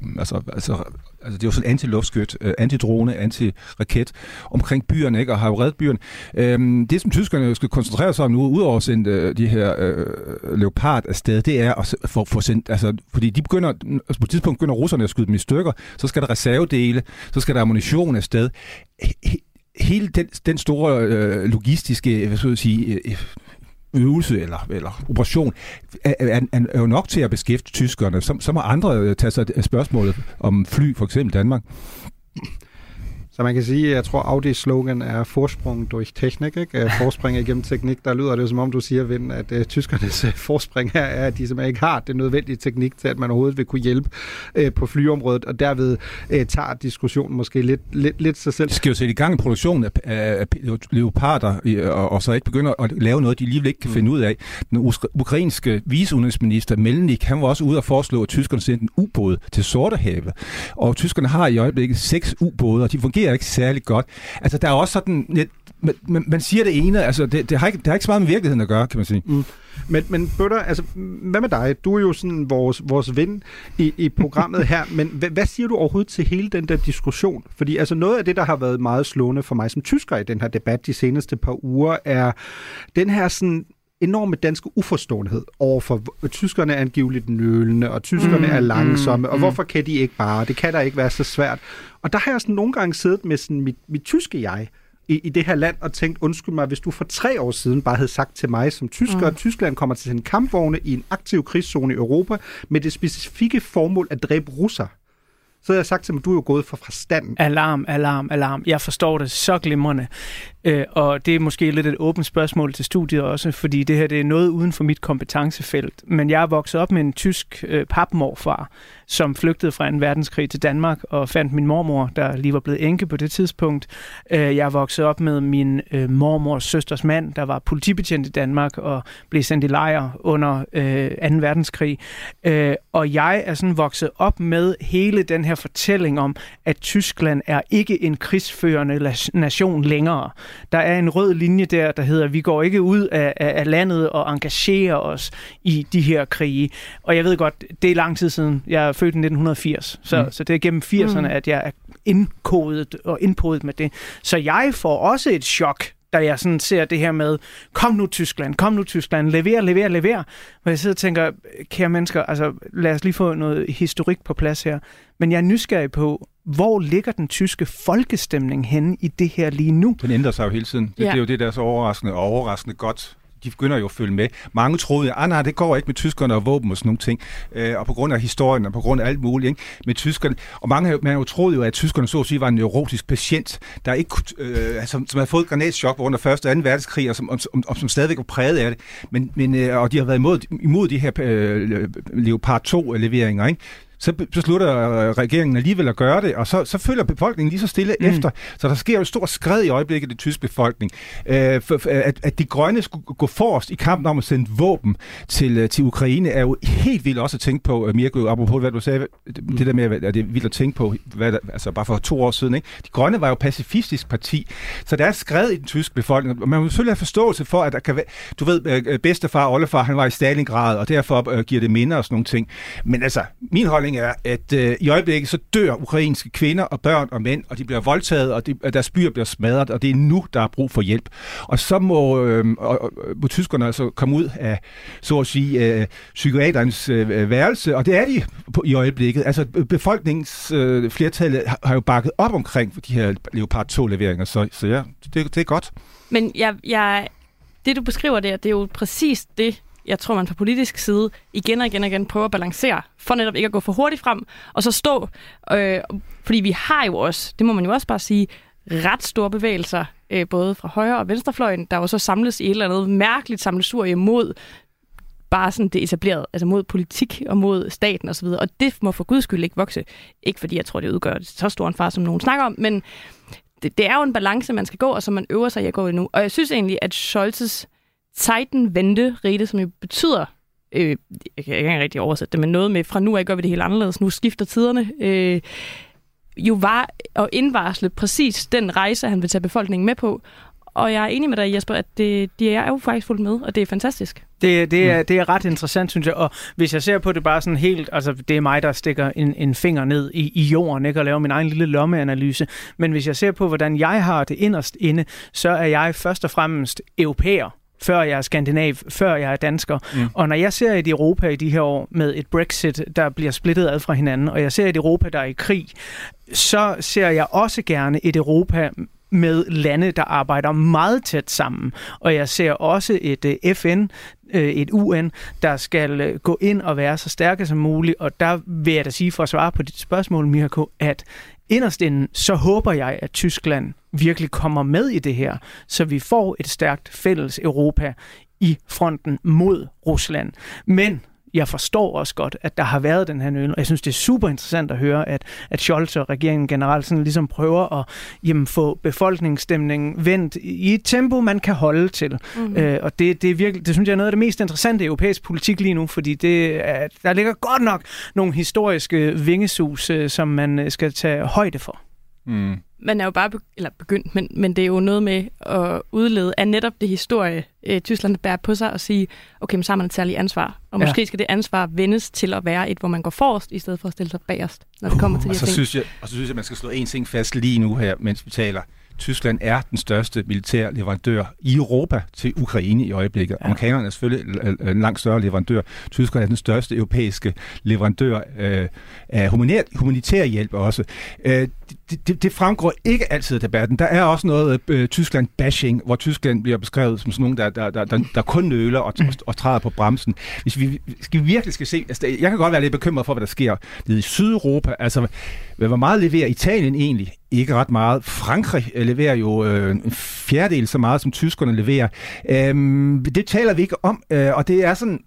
Altså, det er jo sådan antiluftskyt, antidrone, antiraket omkring byerne, ikke? Og har jo reddet byerne. Det, som tyskerne skal koncentrere sig om nu, udover at sende de her Leopard afsted, det er at få sendt, altså, fordi de begynder, på et tidspunkt begynder russerne at skyde dem i stykker, så skal der reservedele, så skal der ammunition afsted. Hele den store logistiske, hvad skal jeg sige, øvelse eller operation er jo nok til at beskæftige tyskerne. Så må andre tage sig af spørgsmålet om fly, for eksempel Danmark. Så man kan sige, jeg tror, Audis slogan er forsprung durch Technik, ikke? Forspring igennem teknik. Der lyder det som om, du siger, Vind, at tyskernes forspring her er, at de simpelthen ikke har det nødvendige teknik til, at man overhovedet vil kunne hjælpe på flyområdet, og derved tager diskussionen måske lidt sig selv. De skal jo sætte i gang i produktionen af leoparder, og så ikke begynde at lave noget, de alligevel ikke kan finde ud af. Den ukrainske viceudenrigsminister Melnik, han var også ude og foreslå, at tyskerne sendte en ubåd til Sortehavet. Og tyskerne har i øjeblikket 6 ubåde, og de fungerer ikke særlig godt. Altså, der er også sådan... Man siger det ene, altså, det har ikke så meget med virkeligheden at gøre, kan man sige. Men Bøtter, altså, hvad med dig? Du er jo sådan vores ven i programmet her, men hvad siger du overhovedet til hele den der diskussion? Fordi altså, noget af det, der har været meget slående for mig som tysker i den her debat de seneste par uger, er den her sådan enorme danske uforståenhed overfor tyskerne er angiveligt nølende, og tyskerne er langsomme, og hvorfor kan de ikke bare? Det kan da ikke være så svært. Og der har jeg sådan nogle gange siddet med sådan mit tyske jeg i det her land og tænkt, undskyld mig, hvis du for 3 år siden bare havde sagt til mig som tysker, at Tyskland kommer til en kampvogne i en aktiv krigszone i Europa med det specifikke formål at dræbe russer. Så havde jeg sagt til mig, du er jo gået fra standen. Alarm. Jeg forstår det så glimrende. Og det er måske lidt et åbent spørgsmål til studiet også, fordi det her det er noget uden for mit kompetencefelt. Men jeg er vokset op med en tysk papmorfar, som flygtede fra 2. verdenskrig til Danmark og fandt min mormor, der lige var blevet enke på det tidspunkt. Jeg er vokset op med min mormors søsters mand, der var politibetjent i Danmark og blev sendt i lejr under 2. verdenskrig. Og jeg er sådan vokset op med hele den her fortælling om, at Tyskland er ikke en krigsførende nation længere. Der er en rød linje der hedder, at vi går ikke ud af landet og engagerer os i de her krige. Og jeg ved godt, det er lang tid siden. Jeg er født i 1980, så det er gennem 80'erne, at jeg er indkodet med det. Så jeg får også et chok, da jeg sådan ser det her med, kom nu Tyskland, lever. Og jeg sidder og tænker, kære mennesker, altså lad os lige få noget historik på plads her. Men jeg er nysgerrig på, hvor ligger den tyske folkestemning henne i det her lige nu? Den ændrer sig jo hele tiden. Det er jo det, der er så overraskende godt. De begynder jo at følge med. Mange troede, nej, det går ikke med tyskerne og våben og sådan nogle ting. Og på grund af historien og på grund af alt muligt, ikke? Med tyskerne. Og man jo troede jo, at tyskerne så at sige var en neurotisk patient, der ikke som havde fået et granatschok under 1. og 2. verdenskrig, og som stadigvæk var præget af det. Men og de har været imod de her Leopard 2-leveringer, ikke? Så beslutter regeringen alligevel at gøre det, og så følger befolkningen lige så stille efter. Så der sker jo et stort skred i øjeblikket i den tyske befolkning. At de grønne skulle gå forrest i kampen om at sende våben til Ukraine, er jo helt vildt også at tænke på, Mirko, apropos hvad du sagde, det der med, at det er vildt at tænke på, altså bare for 2 år siden, ikke? De grønne var jo pacifistisk parti, så der er et skred i den tyske befolkning, og man må selvfølgelig have forståelse for, at der kan være, du ved, bedstefar og oldefar, han var i Stalingrad, og derfor giver det minder og sådan nogle ting. Men altså, min holdning er, at i øjeblikket så dør ukrainske kvinder og børn og mænd, og de bliver voldtaget, og deres byer bliver smadret, og det er nu, der er brug for hjælp. Og så må tyskerne altså komme ud af, så at sige, psykiaterens værelse, og det er de i øjeblikket. Altså befolkningens flertal har jo bakket op omkring de her Leopard 2-leveringer, så ja, det er godt. Men det du beskriver der, det er jo præcis det, jeg tror, man fra politisk side igen og igen prøver at balancere, for netop ikke at gå for hurtigt frem, og så stå, fordi vi har jo også, det må man jo også bare sige, ret store bevægelser, både fra højre- og venstrefløjen, der jo så samles i et eller andet mærkeligt sammelsurium mod bare sådan det etablerede, altså mod politik og mod staten osv., og det må for guds skyld ikke vokse. Ikke fordi jeg tror, det udgør så stor en far, som nogen snakker om, men det er jo en balance, man skal gå, og som man øver sig i at gå i nu. Og jeg synes egentlig, at Scholz's Zeitenwende-rede, som jo betyder, jeg kan ikke rigtig oversætte det, men noget med, fra nu af gør vi det helt anderledes, nu skifter tiderne, jo var at indvarsle præcis den rejse, han vil tage befolkningen med på. Og jeg er enig med dig, Jesper, at de er jo faktisk fuldt med, og det er fantastisk. Det er ret interessant, synes jeg. Og hvis jeg ser på det bare sådan helt, altså det er mig, der stikker en finger ned i jorden, ikke, og laver min egen lille lommeanalyse. Men hvis jeg ser på, hvordan jeg har det inderst inde, så er jeg først og fremmest europæer, før jeg er skandinav, før jeg er dansker. Og når jeg ser et Europa i de her år med et Brexit, der bliver splittet ad fra hinanden, og jeg ser et Europa, der er i krig, så ser jeg også gerne et Europa med lande, der arbejder meget tæt sammen. Og jeg ser også et FN, et UN, der skal gå ind og være så stærke som muligt. Og der vil jeg da sige, for at svare på dit spørgsmål, Mirko, at inderst inde, så håber jeg, at Tyskland virkelig kommer med i det her, så vi får et stærkt fælles Europa i fronten mod Rusland. Men jeg forstår også godt, at der har været den her nøl, og jeg synes, det er super interessant at høre, at Scholz og regeringen generelt sådan ligesom prøver at få befolkningsstemningen vendt i et tempo, man kan holde til. Og det er virkelig, det synes jeg er noget af det mest interessante i europæisk politik lige nu, fordi der ligger godt nok nogle historiske vingesus, som man skal tage højde for. Man er jo bare begyndt, men det er jo noget med at udlede af netop det historie, Tyskland bærer på sig og sige, okay, men så har man et særligt ansvar. Og måske skal det ansvar vendes til at være et, hvor man går forrest, i stedet for at stille sig bagerst, når det kommer til de her ting. Og så synes jeg, man skal slå en ting fast lige nu her, mens vi taler. Tyskland er den største militære leverandør i Europa til Ukraine i øjeblikket. Ja. Amerikanerne er selvfølgelig en langt større leverandør. Tyskland er den største europæiske leverandør af humanitær hjælp også. Det fremgår ikke altid af debatten. Der er også noget Tyskland-bashing, hvor Tyskland bliver beskrevet som sådan nogen, der kun nøler og træder på bremsen. Hvis vi virkelig skal se... Altså, jeg kan godt være lidt bekymret for, hvad der sker nede i Sydeuropa. Altså, hvor meget leverer Italien egentlig? Ikke ret meget. Frankrig leverer jo en fjerdedel så meget, som tyskerne leverer. Det taler vi ikke om, og det er sådan...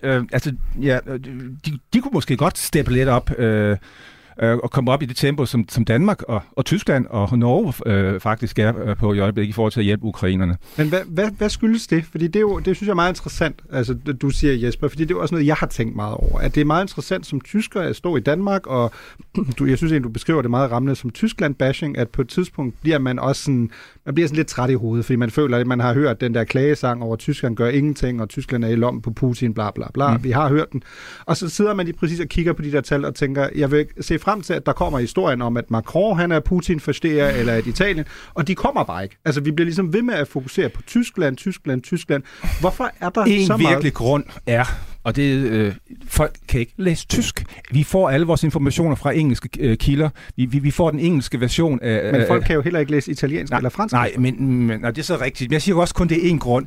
De kunne måske godt steppe lidt op... og komme op i det tempo, som Danmark og Tyskland og Norge faktisk er på i øjeblikket i forhold til at hjælpe ukrainerne. Men hvad skyldes det? Fordi det synes jeg er meget interessant, altså du siger Jesper, fordi det er også noget, jeg har tænkt meget over. At det er meget interessant som tysker at stå i Danmark, og jeg synes egentlig, du beskriver det meget rammende som Tyskland-bashing, at på et tidspunkt bliver man også sådan, man bliver sådan lidt træt i hovedet, fordi man føler, at man har hørt den der klagesang over, at Tyskland gør ingenting, og Tyskland er i lommen på Putin, bla bla bla. Vi har hørt den. Og så sidder man lige præcis og kigger på de der tal og tænker, jeg vil se frem til, at der kommer historien om, at Macron, han er Putin-forsterer, eller at Italien, og de kommer bare ikke. Altså, vi bliver ligesom ved med at fokusere på Tyskland. Hvorfor er der så meget? En virkelig grund er, og det folk kan ikke læse tysk. Vi får alle vores informationer fra engelske kilder. Vi får den engelske version af... Men folk kan jo heller ikke læse italiensk eller fransk. Nej, men det er så rigtigt. Men jeg siger også kun, det er én grund.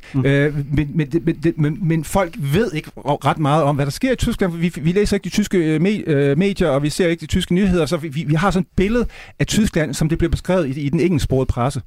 Men folk ved ikke ret meget om, hvad der sker i Tyskland. Vi læser ikke de tyske medier, og vi ser ikke de tyske nyheder, så vi har sådan et billede af Tyskland, som det bliver beskrevet i den engelsksprogede presse.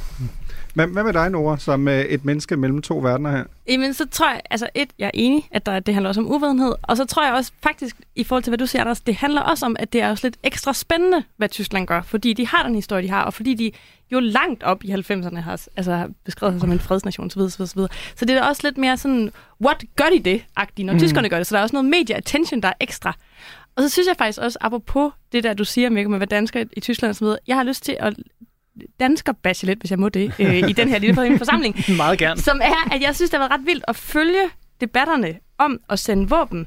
Hvad med dig, Nora, som et menneske mellem to verdener her? Jamen, så tror jeg, jeg er enig, at det handler også om uvidenhed, og så tror jeg også faktisk, i forhold til, hvad du siger, Anders, det handler også om, at det er også lidt ekstra spændende, hvad Tyskland gør, fordi de har den historie, de har, og fordi de jo langt op i 90'erne har beskrevet sig som en fredsnation, osv. Så det er også lidt mere sådan, what gør de det-agtigt, når tyskerne gør det, så der er også noget media-attention, der er ekstra. Og så synes jeg faktisk også, apropos det der, du siger, Mirko, med hvad danskere i Tyskland og så videre, jeg har lyst til at danskerbashe lidt, hvis jeg må det, i den her lille forsamling. Meget gerne. Som er, at jeg synes, det har været ret vildt at følge debatterne om at sende våben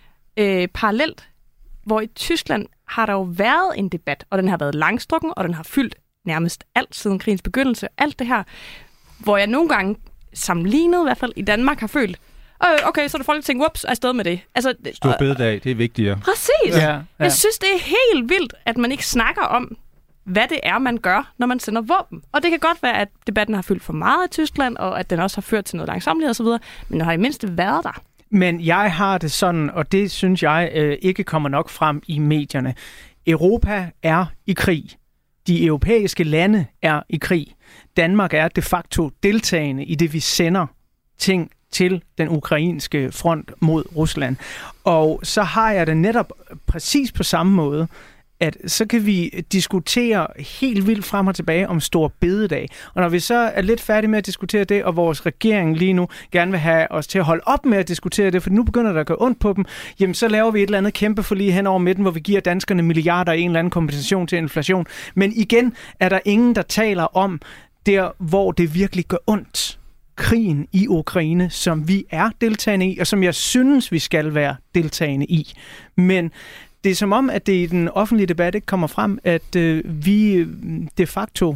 parallelt, hvor i Tyskland har der jo været en debat, og den har været langstrukken, og den har fyldt nærmest alt siden krigens begyndelse, alt det her, hvor jeg nogle gange sammenlignet, i hvert fald i Danmark, har følt, okay, så er det folk, der tænker, whoops, afsted med det. Altså, Stor bededag, det er vigtigere. Præcis. Ja. Jeg synes, det er helt vildt, at man ikke snakker om, hvad det er, man gør, når man sender våben. Og det kan godt være, at debatten har fyldt for meget i Tyskland, og at den også har ført til noget langsommelighed osv., men den har i mindste været der. Men jeg har det sådan, og det synes jeg ikke kommer nok frem i medierne. Europa er i krig. De europæiske lande er i krig. Danmark er de facto deltagende i det, vi sender ting til den ukrainske front mod Rusland. Og så har jeg det netop præcis på samme måde, at så kan vi diskutere helt vildt frem og tilbage om Store Bededag. Og når vi så er lidt færdige med at diskutere det, og vores regering lige nu gerne vil have os til at holde op med at diskutere det, for nu begynder der at gøre ondt på dem, jamen så laver vi et eller andet kæmpe forlig hen over midten, hvor vi giver danskerne milliarder i en eller anden kompensation til inflation. Men igen er der ingen, der taler om der, hvor det virkelig gør ondt. Krigen i Ukraine, som vi er deltagende i, og som jeg synes, vi skal være deltagende i. Men det er som om, at det i den offentlige debat ikke kommer frem, at vi de facto,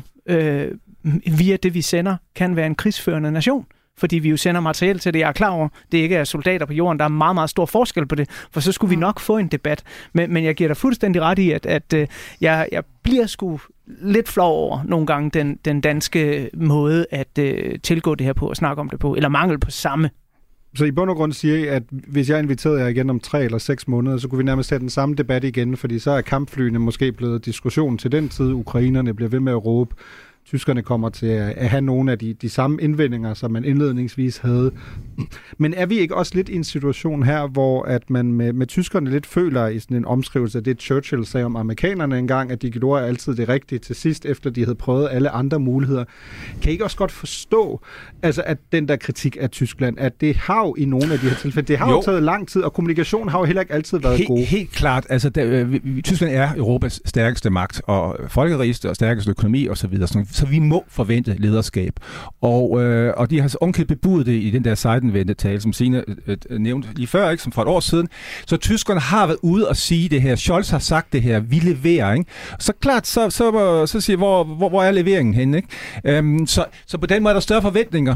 via det vi sender, kan være en krigsførende nation. Fordi vi jo sender materiel til det. Jeg er klar over, det ikke er soldater på jorden. Der er meget, meget stor forskel på det, for så skulle vi nok få en debat. Men jeg giver dig fuldstændig ret i, at jeg bliver sgu lidt flov over nogle gange den danske måde at tilgå det her på og snakke om det på, eller mangel på samme. Så i bund og grund siger I, at hvis jeg inviterede jer igen om 3 eller 6 måneder, så kunne vi nærmest have den samme debat igen, fordi så er kampflyene måske blevet diskussion til den tid. Ukrainerne bliver ved med at råbe. Tyskerne kommer til at have nogle af de samme indvendinger, som man indledningsvis havde. Men er vi ikke også lidt i en situation her, hvor at man med tyskerne lidt føler i sådan en omskrivelse af det, Churchill sagde om amerikanerne engang, at de gjorde altid det rigtige til sidst, efter de havde prøvet alle andre muligheder. Kan I ikke også godt forstå, altså, at den der kritik af Tyskland, at det har jo i nogle af de her tilfælde, det har jo taget lang tid, og kommunikation har jo heller ikke altid været god. Helt klart. Altså, Tyskland er Europas stærkeste magt, og folkerigeste og stærkeste økonomi osv., så vi må forvente lederskab. Og de har ovenkøbet bebudet det i den der Seidenwende tale, som Signe nævnte lige før, ikke, som for et år siden. Så tyskerne har været ude og sige det her. Scholz har sagt det her. Vi leverer, ikke? Så klart, så siger hvor er leveringen henne, ikke? Så på den måde er der større forventninger.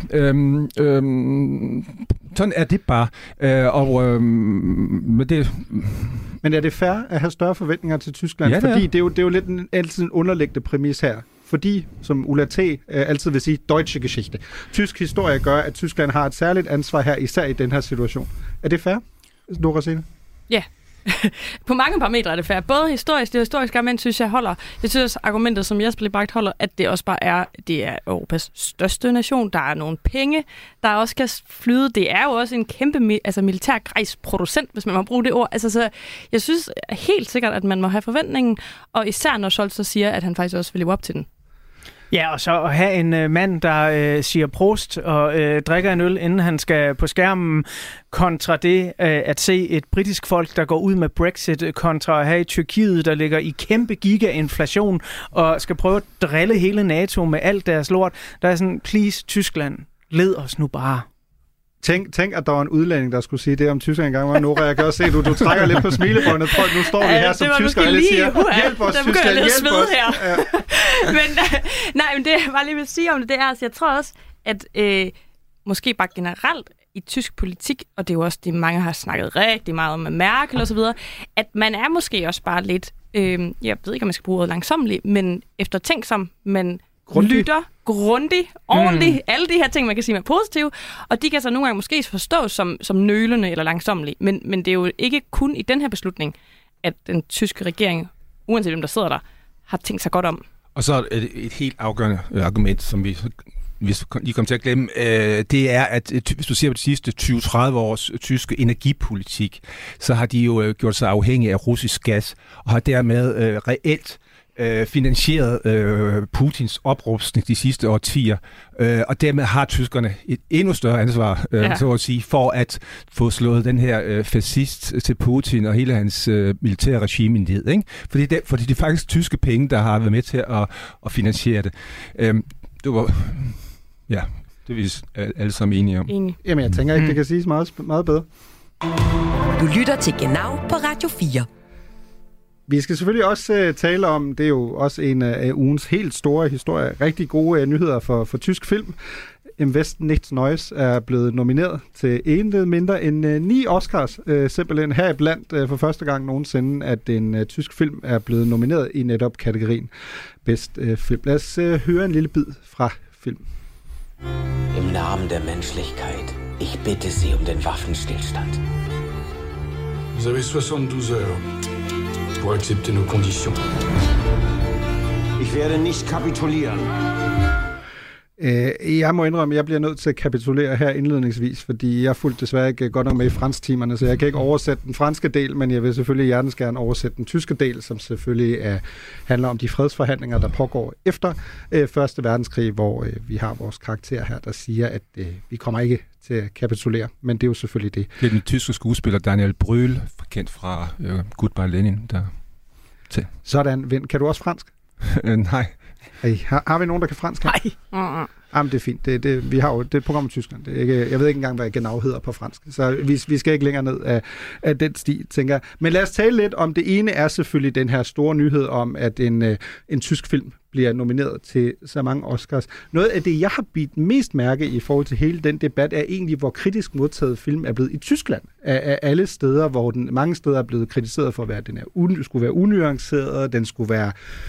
Sådan er det bare. Men er det fair at have større forventninger til Tyskland? Ja, fordi det er jo lidt altid en underliggende præmis her. Fordi, som Ulla T. altid vil sige, deutsche Geschichte. Tysk historie gør, at Tyskland har et særligt ansvar her, især i den her situation. Er det fair, Nora Sine? Ja. På mange parametre er det fair. Både historisk, det historiske argument, synes jeg holder. Jeg synes argumentet, som Jesper Libak holder, at det også bare det er Europas største nation. Der er nogle penge, der også kan flyde. Det er jo også en kæmpe militær grejsproducent, hvis man må bruge det ord. Altså, så jeg synes helt sikkert, at man må have forventningen, og især når Scholz så siger, at han faktisk også vil leve op til den. Ja, og så at have en mand, der siger prost og drikker en øl, inden han skal på skærmen, kontra det at se et britisk folk, der går ud med Brexit, kontra at have Tyrkiet, der ligger i kæmpe gigainflation og skal prøve at drille hele NATO med alt deres lort. Der er sådan, please, Tyskland, led os nu bare. Tænk, at der var en udlænding, der skulle sige det om Tyskland engang. Nora, jeg kan også se, du trækker lidt på smilebåndet. Prøv, nu står vi her som tysker, og alle siger, hjælp os, Tyskland, hjælp os. Ja. Men det jeg bare lige vil sige om det er, altså, jeg tror også, at måske bare generelt i tysk politik, og det er jo også det, mange har snakket rigtig meget om med Merkel og så videre, at man er måske også bare lidt, jeg ved ikke, om man skal bruge ordet langsomlig, men eftertænksom, men lytter grundigt, ordentligt, alle de her ting, man kan sige er positive, og de kan så nogle gange måske forstås som nølende eller langsommelige, men det er jo ikke kun i den her beslutning, at den tyske regering, uanset hvem der sidder der, har tænkt sig godt om. Og så et helt afgørende argument, som vi lige kom til at glemme, det er, at hvis du ser på de sidste 20-30 års tyske energipolitik, så har de jo gjort sig afhængige af russisk gas, og har dermed reelt finansieret Putins oprustning de sidste årtier, og dermed har tyskerne et endnu større ansvar, så at sige, for at få slået den her fascist til Putin og hele hans militære regime ned, ikke? Fordi det er faktisk tyske penge, der har været med til at finansiere det. Det var... Ja, det er vi alle sammen enige om. Jamen, jeg tænker ikke, det kan siges meget, meget bedre. Du lytter til Genau på Radio 4. Vi skal selvfølgelig også tale om, det er jo også en af ugens helt store historier, rigtig gode nyheder for tysk film. Im Westen nichts Neues er blevet nomineret til intet mindre end 9 Oscars. Simpelthen heriblandt for første gang nogensinde, at en tysk film er blevet nomineret i netop kategorien bedst film. Lad os høre en lille bid fra filmen. Im Namen der Menschlichkeit, ich bitte Sie um den Waffenstillstand. Vous avez 72 heures pour accepter nos conditions. Ich werde nicht kapitulieren. Jeg må indrømme, at jeg bliver nødt til at kapitulere her indledningsvis, fordi jeg fulgte desværre ikke godt nok med i fransktimerne, så jeg kan ikke oversætte den franske del, men jeg vil selvfølgelig hjertens gerne oversætte den tyske del, som selvfølgelig handler om de fredsforhandlinger, der pågår efter Første Verdenskrig, hvor vi har vores karakter her, der siger, at vi kommer ikke til at kapitulere, men det er jo selvfølgelig det. Det er den tyske skuespiller Daniel Brühl, kendt fra Goodbye Lenin. Der til. Sådan, kan du også fransk? Nej. Har vi nogen, der kan fransk her? Nej. Jamen, det er fint. Vi har jo det et program i Tyskland. Det er ikke, jeg ved ikke engang, hvad genau hedder på fransk. Så vi skal ikke længere ned af den sti, tænker jeg. Men lad os tale lidt om, det ene er selvfølgelig den her store nyhed om, at en tysk film bliver nomineret til så mange Oscars. Noget af det, jeg har bidt mest mærke i forhold til hele den debat, er egentlig, hvor kritisk modtaget film er blevet i Tyskland. Af alle steder, hvor den mange steder er blevet kritiseret for, at den skulle være unuanceret, den skulle være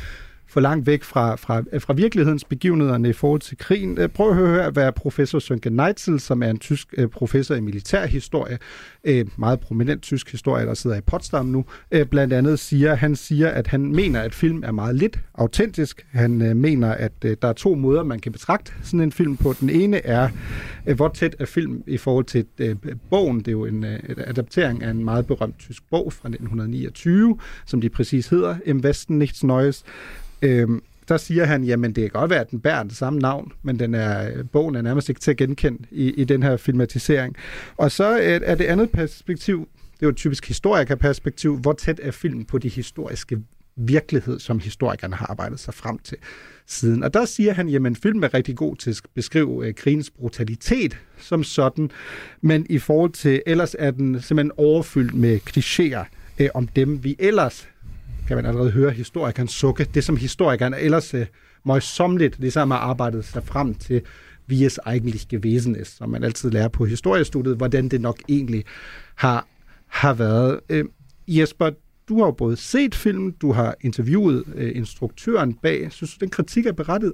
for langt væk fra virkelighedens begivenhederne i forhold til krigen. Prøv at høre, hvad professor Sönke Neitzel, som er en tysk professor i militærhistorie, meget prominent tysk historiker, der sidder i Potsdam nu, blandt andet siger. Han siger, at han mener, at film er meget lidt autentisk. Han mener, at der er 2 måder, man kan betragte sådan en film på. Den ene er, hvor tæt er film i forhold til bogen. Det er jo en adaptering af en meget berømt tysk bog fra 1929, som de præcis hedder, Im Westen nichts Neues. Der siger han, jamen det kan godt være, at den bærer det samme navn, men bogen er nærmest ikke til at genkende i den her filmatisering. Og så er det andet perspektiv, det er jo et typisk historikerperspektiv, hvor tæt er film på de historiske virkelighed, som historikerne har arbejdet sig frem til siden. Og der siger han, jamen film er rigtig god til at beskrive krigens brutalitet som sådan, men i forhold til, ellers er den simpelthen overfyldt med klichéer om dem, vi ellers, kan man allerede høre historikeren sukke, det som historikerne ellers møjsommeligt ligesom har arbejdet sig frem til, wie es eigentlich gewesen ist, som man altid lærer på historiestudiet, hvordan det nok egentlig har været. Jesper, du har jo både set filmen, du har interviewet instruktøren bag. Synes du, den kritik er berettiget?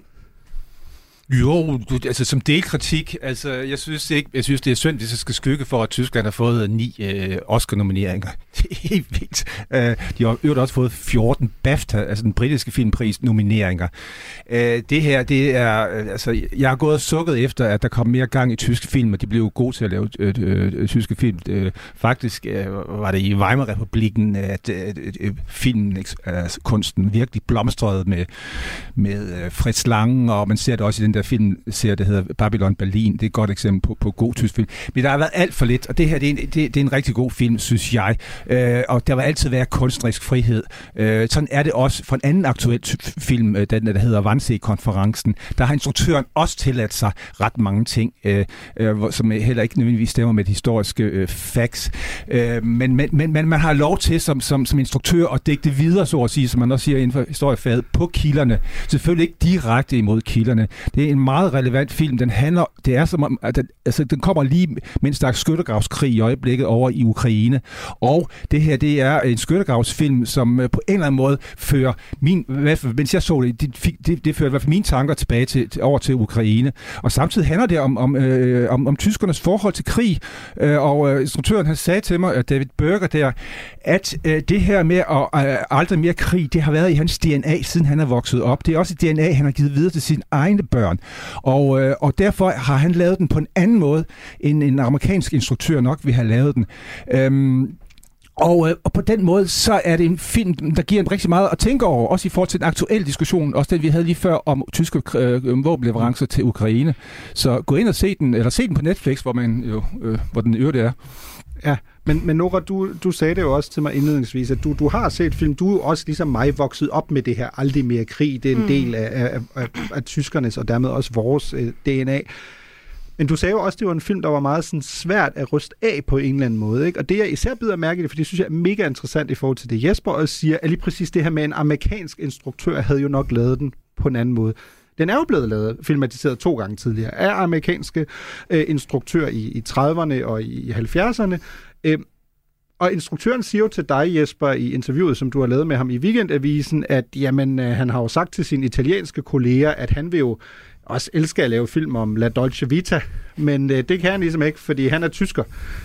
Jo, altså som delkritik, altså jeg synes det er synd, hvis jeg skal skygge for, at Tyskland har fået 9 Oscar-nomineringer. Det er helt vildt. De har jo også fået 14 BAFTA, altså den britiske filmpris, nomineringer. Det her, det er, altså jeg har gået og sukket efter, at der kom mere gang i tyske film, og de blev jo gode til at lave tyske film. Faktisk var det i Weimar-republikken, at filmkunsten virkelig blomstrede med Fritz Lang, og man ser det også i den der filmserie, der hedder Babylon Berlin. Det er et godt eksempel på god tysk film. Men der har været alt for lidt, og det her, det er en rigtig god film, synes jeg. Og der vil altid være kunstnerisk frihed. Sådan er det også for en anden aktuel film, den der hedder Wannsee-konferencen. Der har instruktøren også tilladt sig ret mange ting, som heller ikke nødvendigvis stemmer med de historiske facts. Men man har lov til som instruktør at dække det videre, så at sige, som man også siger inden for historiefaget, på kilderne. Selvfølgelig ikke direkte imod kilderne. Det er en meget relevant film. Den er som om, den kommer lige mens der er skyttegravskrig i øjeblikket over i Ukraine. Og det her, det er en skyttegravsfilm, som på en eller anden måde fører mens jeg så det fører i hvert fald mine tanker tilbage over til Ukraine. Og samtidig handler det om tyskernes forhold til krig. Og instruktøren han sagde til mig, David Berger der, at det her med at aldrig mere krig, det har været i hans DNA, siden han er vokset op. Det er også et DNA, han har givet videre til sine egne børn. Og derfor har han lavet den på en anden måde, end en amerikansk instruktør nok vil have lavet den. Og på den måde, så er det en film, der giver en rigtig meget at tænke over, også i forhold til den aktuelle diskussion, også den vi havde lige før om tyske våbenleverancer til Ukraine. Så gå ind og se den på Netflix, hvor den øvrigt er. Ja, men Nora, du sagde det jo også til mig indledningsvis, at du har set film, du er jo også ligesom mig vokset op med det her aldrig mere krig, det er en del af tyskernes og dermed også vores DNA. Men du sagde jo også, at det var en film, der var meget sådan svært at ryste af på en eller anden måde, ikke? Og det jeg især bider mærke i, for det synes jeg er mega interessant i forhold til det Jesper også siger, at lige præcis det her med en amerikansk instruktør havde jo nok lavet den på en anden måde. Den er jo blevet filmatiseret 2 gange tidligere af amerikanske instruktører i 30'erne og i 70'erne. Og instruktøren siger jo til dig, Jesper, i interviewet, som du har lavet med ham i Weekendavisen, at jamen, han har jo sagt til sine italienske kolleger, at han vil jo også elske at lave film om La Dolce Vita, men det kan han ligesom ikke, fordi han er tysker.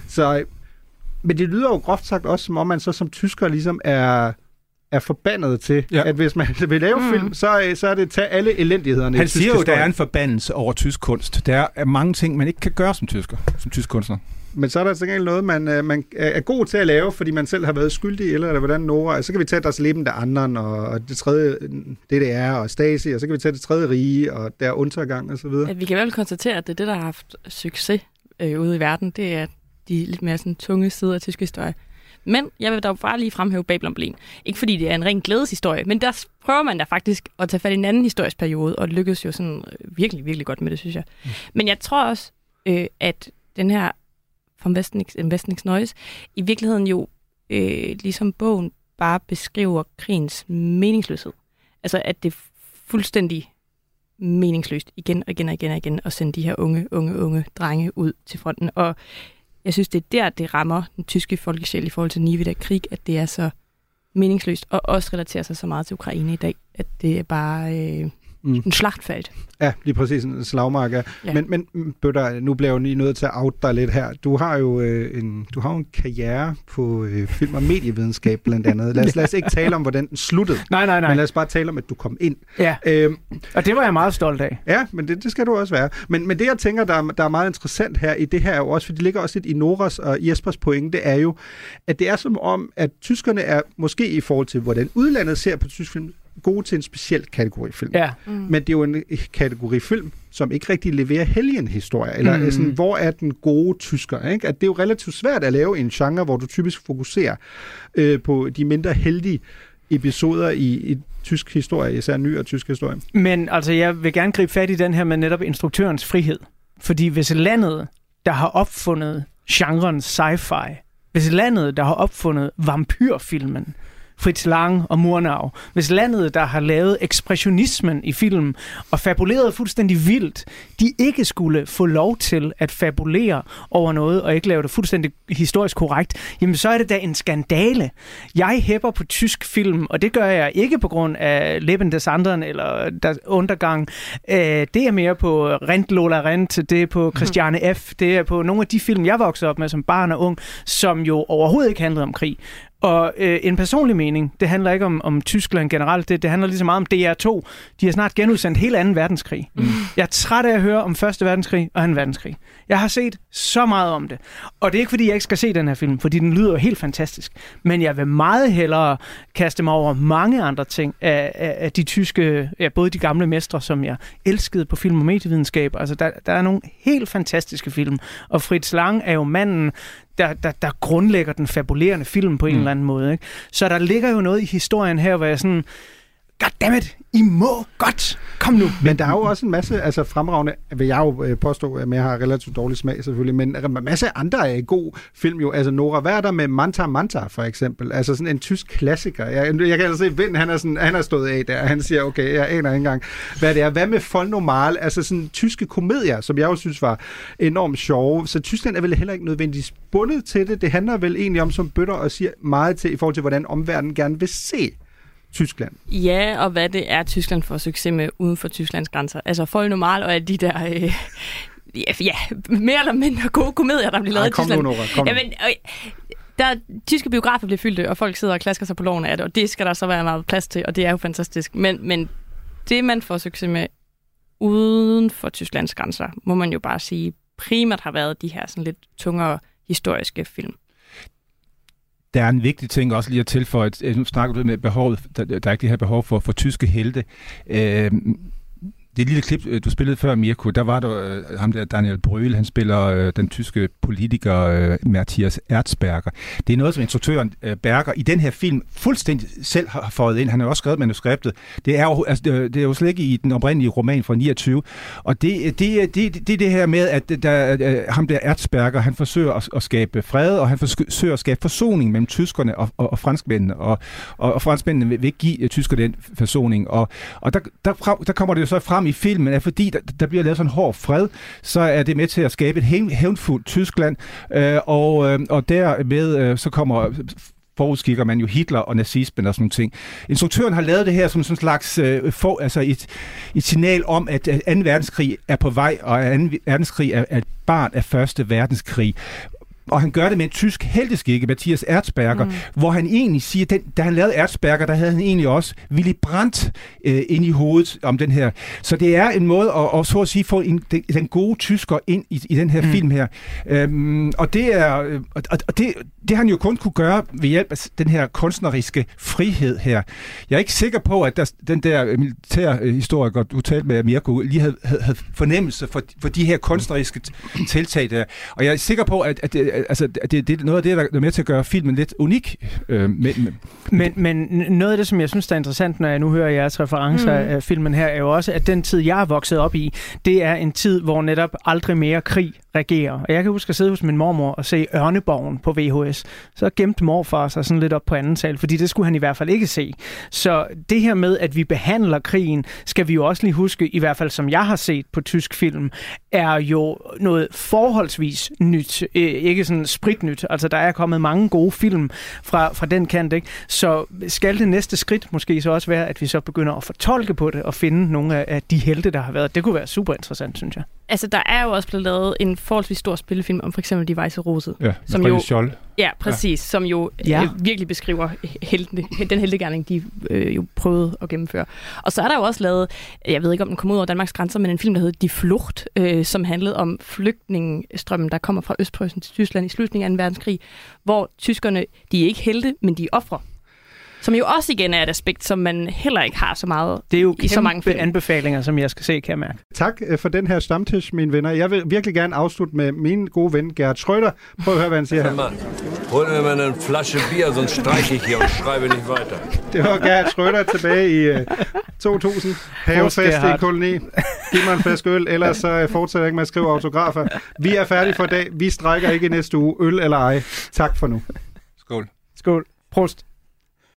Men det lyder jo groft sagt også, som om man så som tysker ligesom er forbandet til, at hvis man vil lave film, så er det at tage alle elendighederne. Han siger jo, at der er en forbandelse over tysk kunst. Der er mange ting, man ikke kan gøre som tysker, som tysk kunstner. Men så er der sikkert noget, man er god til at lave, fordi man selv har været skyldig, eller hvordan Nora. Så kan vi tage Das Leben der anderen, og det tredje DDR, og Stasi, og så kan vi tage det tredje rige, og der Untergang, og så videre. Vi kan vel konstatere, at det er det, der har haft succes ude i verden. Det er de lidt mere sådan tunge sider af tysk historie. Men jeg vil dog bare lige fremhæve Babylon Berlin. Ikke fordi det er en ren glædeshistorie, men der prøver man da faktisk at tage fat i en anden historisk periode, og det lykkedes jo sådan virkelig, virkelig godt med det, synes jeg. Men jeg tror også, at den her Vom Westen nichts Neues i virkeligheden jo, ligesom bogen, bare beskriver krigens meningsløshed. Altså, at det er fuldstændig meningsløst igen og igen at sende de her unge drenge ud til fronten. Og jeg synes, det er der, det rammer den tyske folkesjæl i forhold til Nie wieder Krieg, at det er så meningsløst, og også relaterer sig så meget til Ukraine i dag. at det er bare en slagtfelt. Ja, lige præcis en slagmark. Ja. Men Bøtter, nu bliver jeg jo lige nødt til at out dig lidt her. Du har jo en karriere på film- og medievidenskab blandt andet. Lad os ikke tale om, hvordan den sluttede. Nej. Men lad os bare tale om, at du kom ind. Ja, og det var jeg meget stolt af. Ja, men det skal du også være. Men det, jeg tænker, der er meget interessant her i det her, er jo også, for det ligger også lidt i Noras og Jespers pointe, det er jo, at det er som om, at tyskerne er måske i forhold til, hvordan udlandet ser på tysk film, gode til en speciel kategori film. Ja. Men det er jo en kategori film, som ikke rigtig leverer helgenhistorier, eller sådan, hvor er den gode tysker, ikke? At det er jo relativt svært at lave en genre, hvor du typisk fokuserer på de mindre heldige episoder i tysk historie, især ny og tysk historie. Men altså, jeg vil gerne gribe fat i den her med netop instruktørens frihed. Fordi hvis landet, der har opfundet genren sci-fi, hvis landet, der har opfundet vampyrfilmen, Fritz Lang og Murnau, hvis landet, der har lavet ekspressionismen i film og fabuleret fuldstændig vildt, de ikke skulle få lov til at fabulere over noget og ikke lave det fuldstændig historisk korrekt, jamen så er det da en skandale. Jeg hæpper på tysk film, og det gør jeg ikke på grund af Leben des Anderen eller der Undergang. Det er mere på Rent Lola Rent, det er på Christiane F., det er på nogle af de film, jeg voksede op med som barn og ung, som jo overhovedet ikke handlede om krig. Og en personlig mening, det handler ikke om Tyskland generelt, det handler lige så meget om DR2. De har snart genudsendt hele 2. verdenskrig. Jeg er træt af at høre om 1. verdenskrig og 2. verdenskrig. Jeg har set så meget om det. Og det er ikke, fordi jeg ikke skal se den her film, fordi den lyder helt fantastisk. Men jeg vil meget hellere kaste mig over mange andre ting af de tyske, både de gamle mestre, som jeg elskede på film- og medievidenskab. Altså, der er nogle helt fantastiske film. Og Fritz Lang er jo manden, der grundlægger den fabulerende film på en eller anden måde. Ikke? Så der ligger jo noget i historien her, hvor jeg sådan, goddammit, I må godt, kom nu. Men der er jo også en masse fremragende, vil jeg jo påstå, at jeg har relativt dårlig smag selvfølgelig, men en masse andre gode film jo. Altså Nora, hvad er der med Manta Manta for eksempel? Altså sådan en tysk klassiker. Jeg kan altså se, Vind, han har stået af der, han siger, okay, jeg aner ikke engang, hvad det er. Hvad med Voll Normal? Altså sådan tyske komedier, som jeg jo synes var enormt sjove. Så Tyskland er vel heller ikke nødvendigvis bundet til det. Det handler vel egentlig om, som Bøtter og siger, meget til i forhold til, hvordan omverdenen gerne vil se Tyskland. Ja, og hvad det er, Tyskland får succes med uden for Tysklands grænser. Altså Voll Normal og de der mere eller mindre gode komedier, der bliver lavet i Tyskland. Jamen, der tyske biografer bliver fyldte, og folk sidder og klasker sig på loven af det, og det skal der så være meget plads til, og det er jo fantastisk. Men det, man får succes med uden for Tysklands grænser, må man jo bare sige, primært har været de her sådan lidt tungere historiske film. Der er en vigtig ting også lige at tilføje, at nu snakker du med behovet, der er ikke det her behov for tyske helte. Det lille klip, du spillede før, Mirko, der var der ham der, Daniel Brühl, han spiller den tyske politiker Matthias Erzberger. Det er noget, som instruktøren Berger i den her film fuldstændig selv har fået ind. Han har også skrevet manuskriptet. Det er jo slet ikke i den oprindelige roman fra 29. Og det er det her med, at ham der Erzberger, han forsøger at skabe fred, og han forsøger at skabe forsoning mellem tyskerne og franskmændene. Og franskmændene vil ikke give tyskerne den forsoning. Og der kommer det jo så frem i filmen, at fordi der bliver lavet sådan en hård fred, så er det med til at skabe et hævnfuldt Tyskland, og dermed så forudskikker man jo Hitler og nazismen og sådan nogle ting. Instruktøren har lavet det her som sådan en slags et signal om, at 2. verdenskrig er på vej, og 2. verdenskrig er et barn af 1. verdenskrig. Og han gør det med en tysk helteskikke, Matthias Erzberger, hvor han egentlig siger, da han lavede Erzberger, der havde han egentlig også Willy Brandt ind i hovedet om den her. Så det er en måde at så at sige få den gode tysker ind i den her film her. Og det er det han jo kun kunne gøre ved hjælp af den her kunstneriske frihed her. Jeg er ikke sikker på, at den der militærhistoriker, du talte med, Mirko, lige havde fornemmelse for de her kunstneriske tiltag der. Og jeg er sikker på, at det er noget af det, der er med til at gøre filmen lidt unik. Men noget af det, som jeg synes er interessant, når jeg nu hører jeres referencer af filmen her, er jo også, at den tid, jeg er vokset op i, det er en tid, hvor netop aldrig mere krig regerer. Og jeg kan huske at sidde hos min mormor og se Ørneborgen på VHS. Så gemte morfar sig sådan lidt op på anden sal, fordi det skulle han i hvert fald ikke se. Så det her med, at vi behandler krigen, skal vi jo også lige huske, i hvert fald som jeg har set på tysk film, er jo noget forholdsvis nyt. Ikke ikke sådan spritnyt. Altså, der er kommet mange gode film fra den kant, ikke? Så skal det næste skridt måske så også være, at vi så begynder at fortolke på det og finde nogle af de helte, der har været. Det kunne være super interessant, synes jeg. Altså, der er jo også blevet lavet en forholdsvis stor spillefilm om for eksempel De Weiße Rose. Ja, som jo, Scholl. Ja, præcis. Ja. Som jo virkelig beskriver den heltegerning, de jo prøvede at gennemføre. Og så er der jo også lavet, jeg ved ikke om den kom ud over Danmarks grænser, men en film, der hedder Die Flucht, som handlede om flygtningestrømmen, der kommer fra Østpreussen til Tyskland i slutningen af 2. verdenskrig, hvor tyskerne, de er ikke helte, men de er ofre. Som jo også igen er et aspekt, som man heller ikke har så meget det er jo i så mange film. Anbefalinger, som jeg skal se, kan jeg mærke. Tak for den her stamtisch, mine venner. Jeg vil virkelig gerne afslutte med min gode ven, Gerhard Schröder. Prøv at høre, hvad han siger her. Hol mir mal en Flasche Bier, sonst streich ich hier und schreibe nicht weiter. Det var Gerhard Schröder tilbage i 2000. Havefest i en koloni. Giv mig en flaske øl, ellers så fortsætter jeg ikke med at skrive autografer. Vi er færdige for i dag. Vi strækker ikke i næste uge. Øl eller ej. Tak for nu. Skål. Skål. Prost.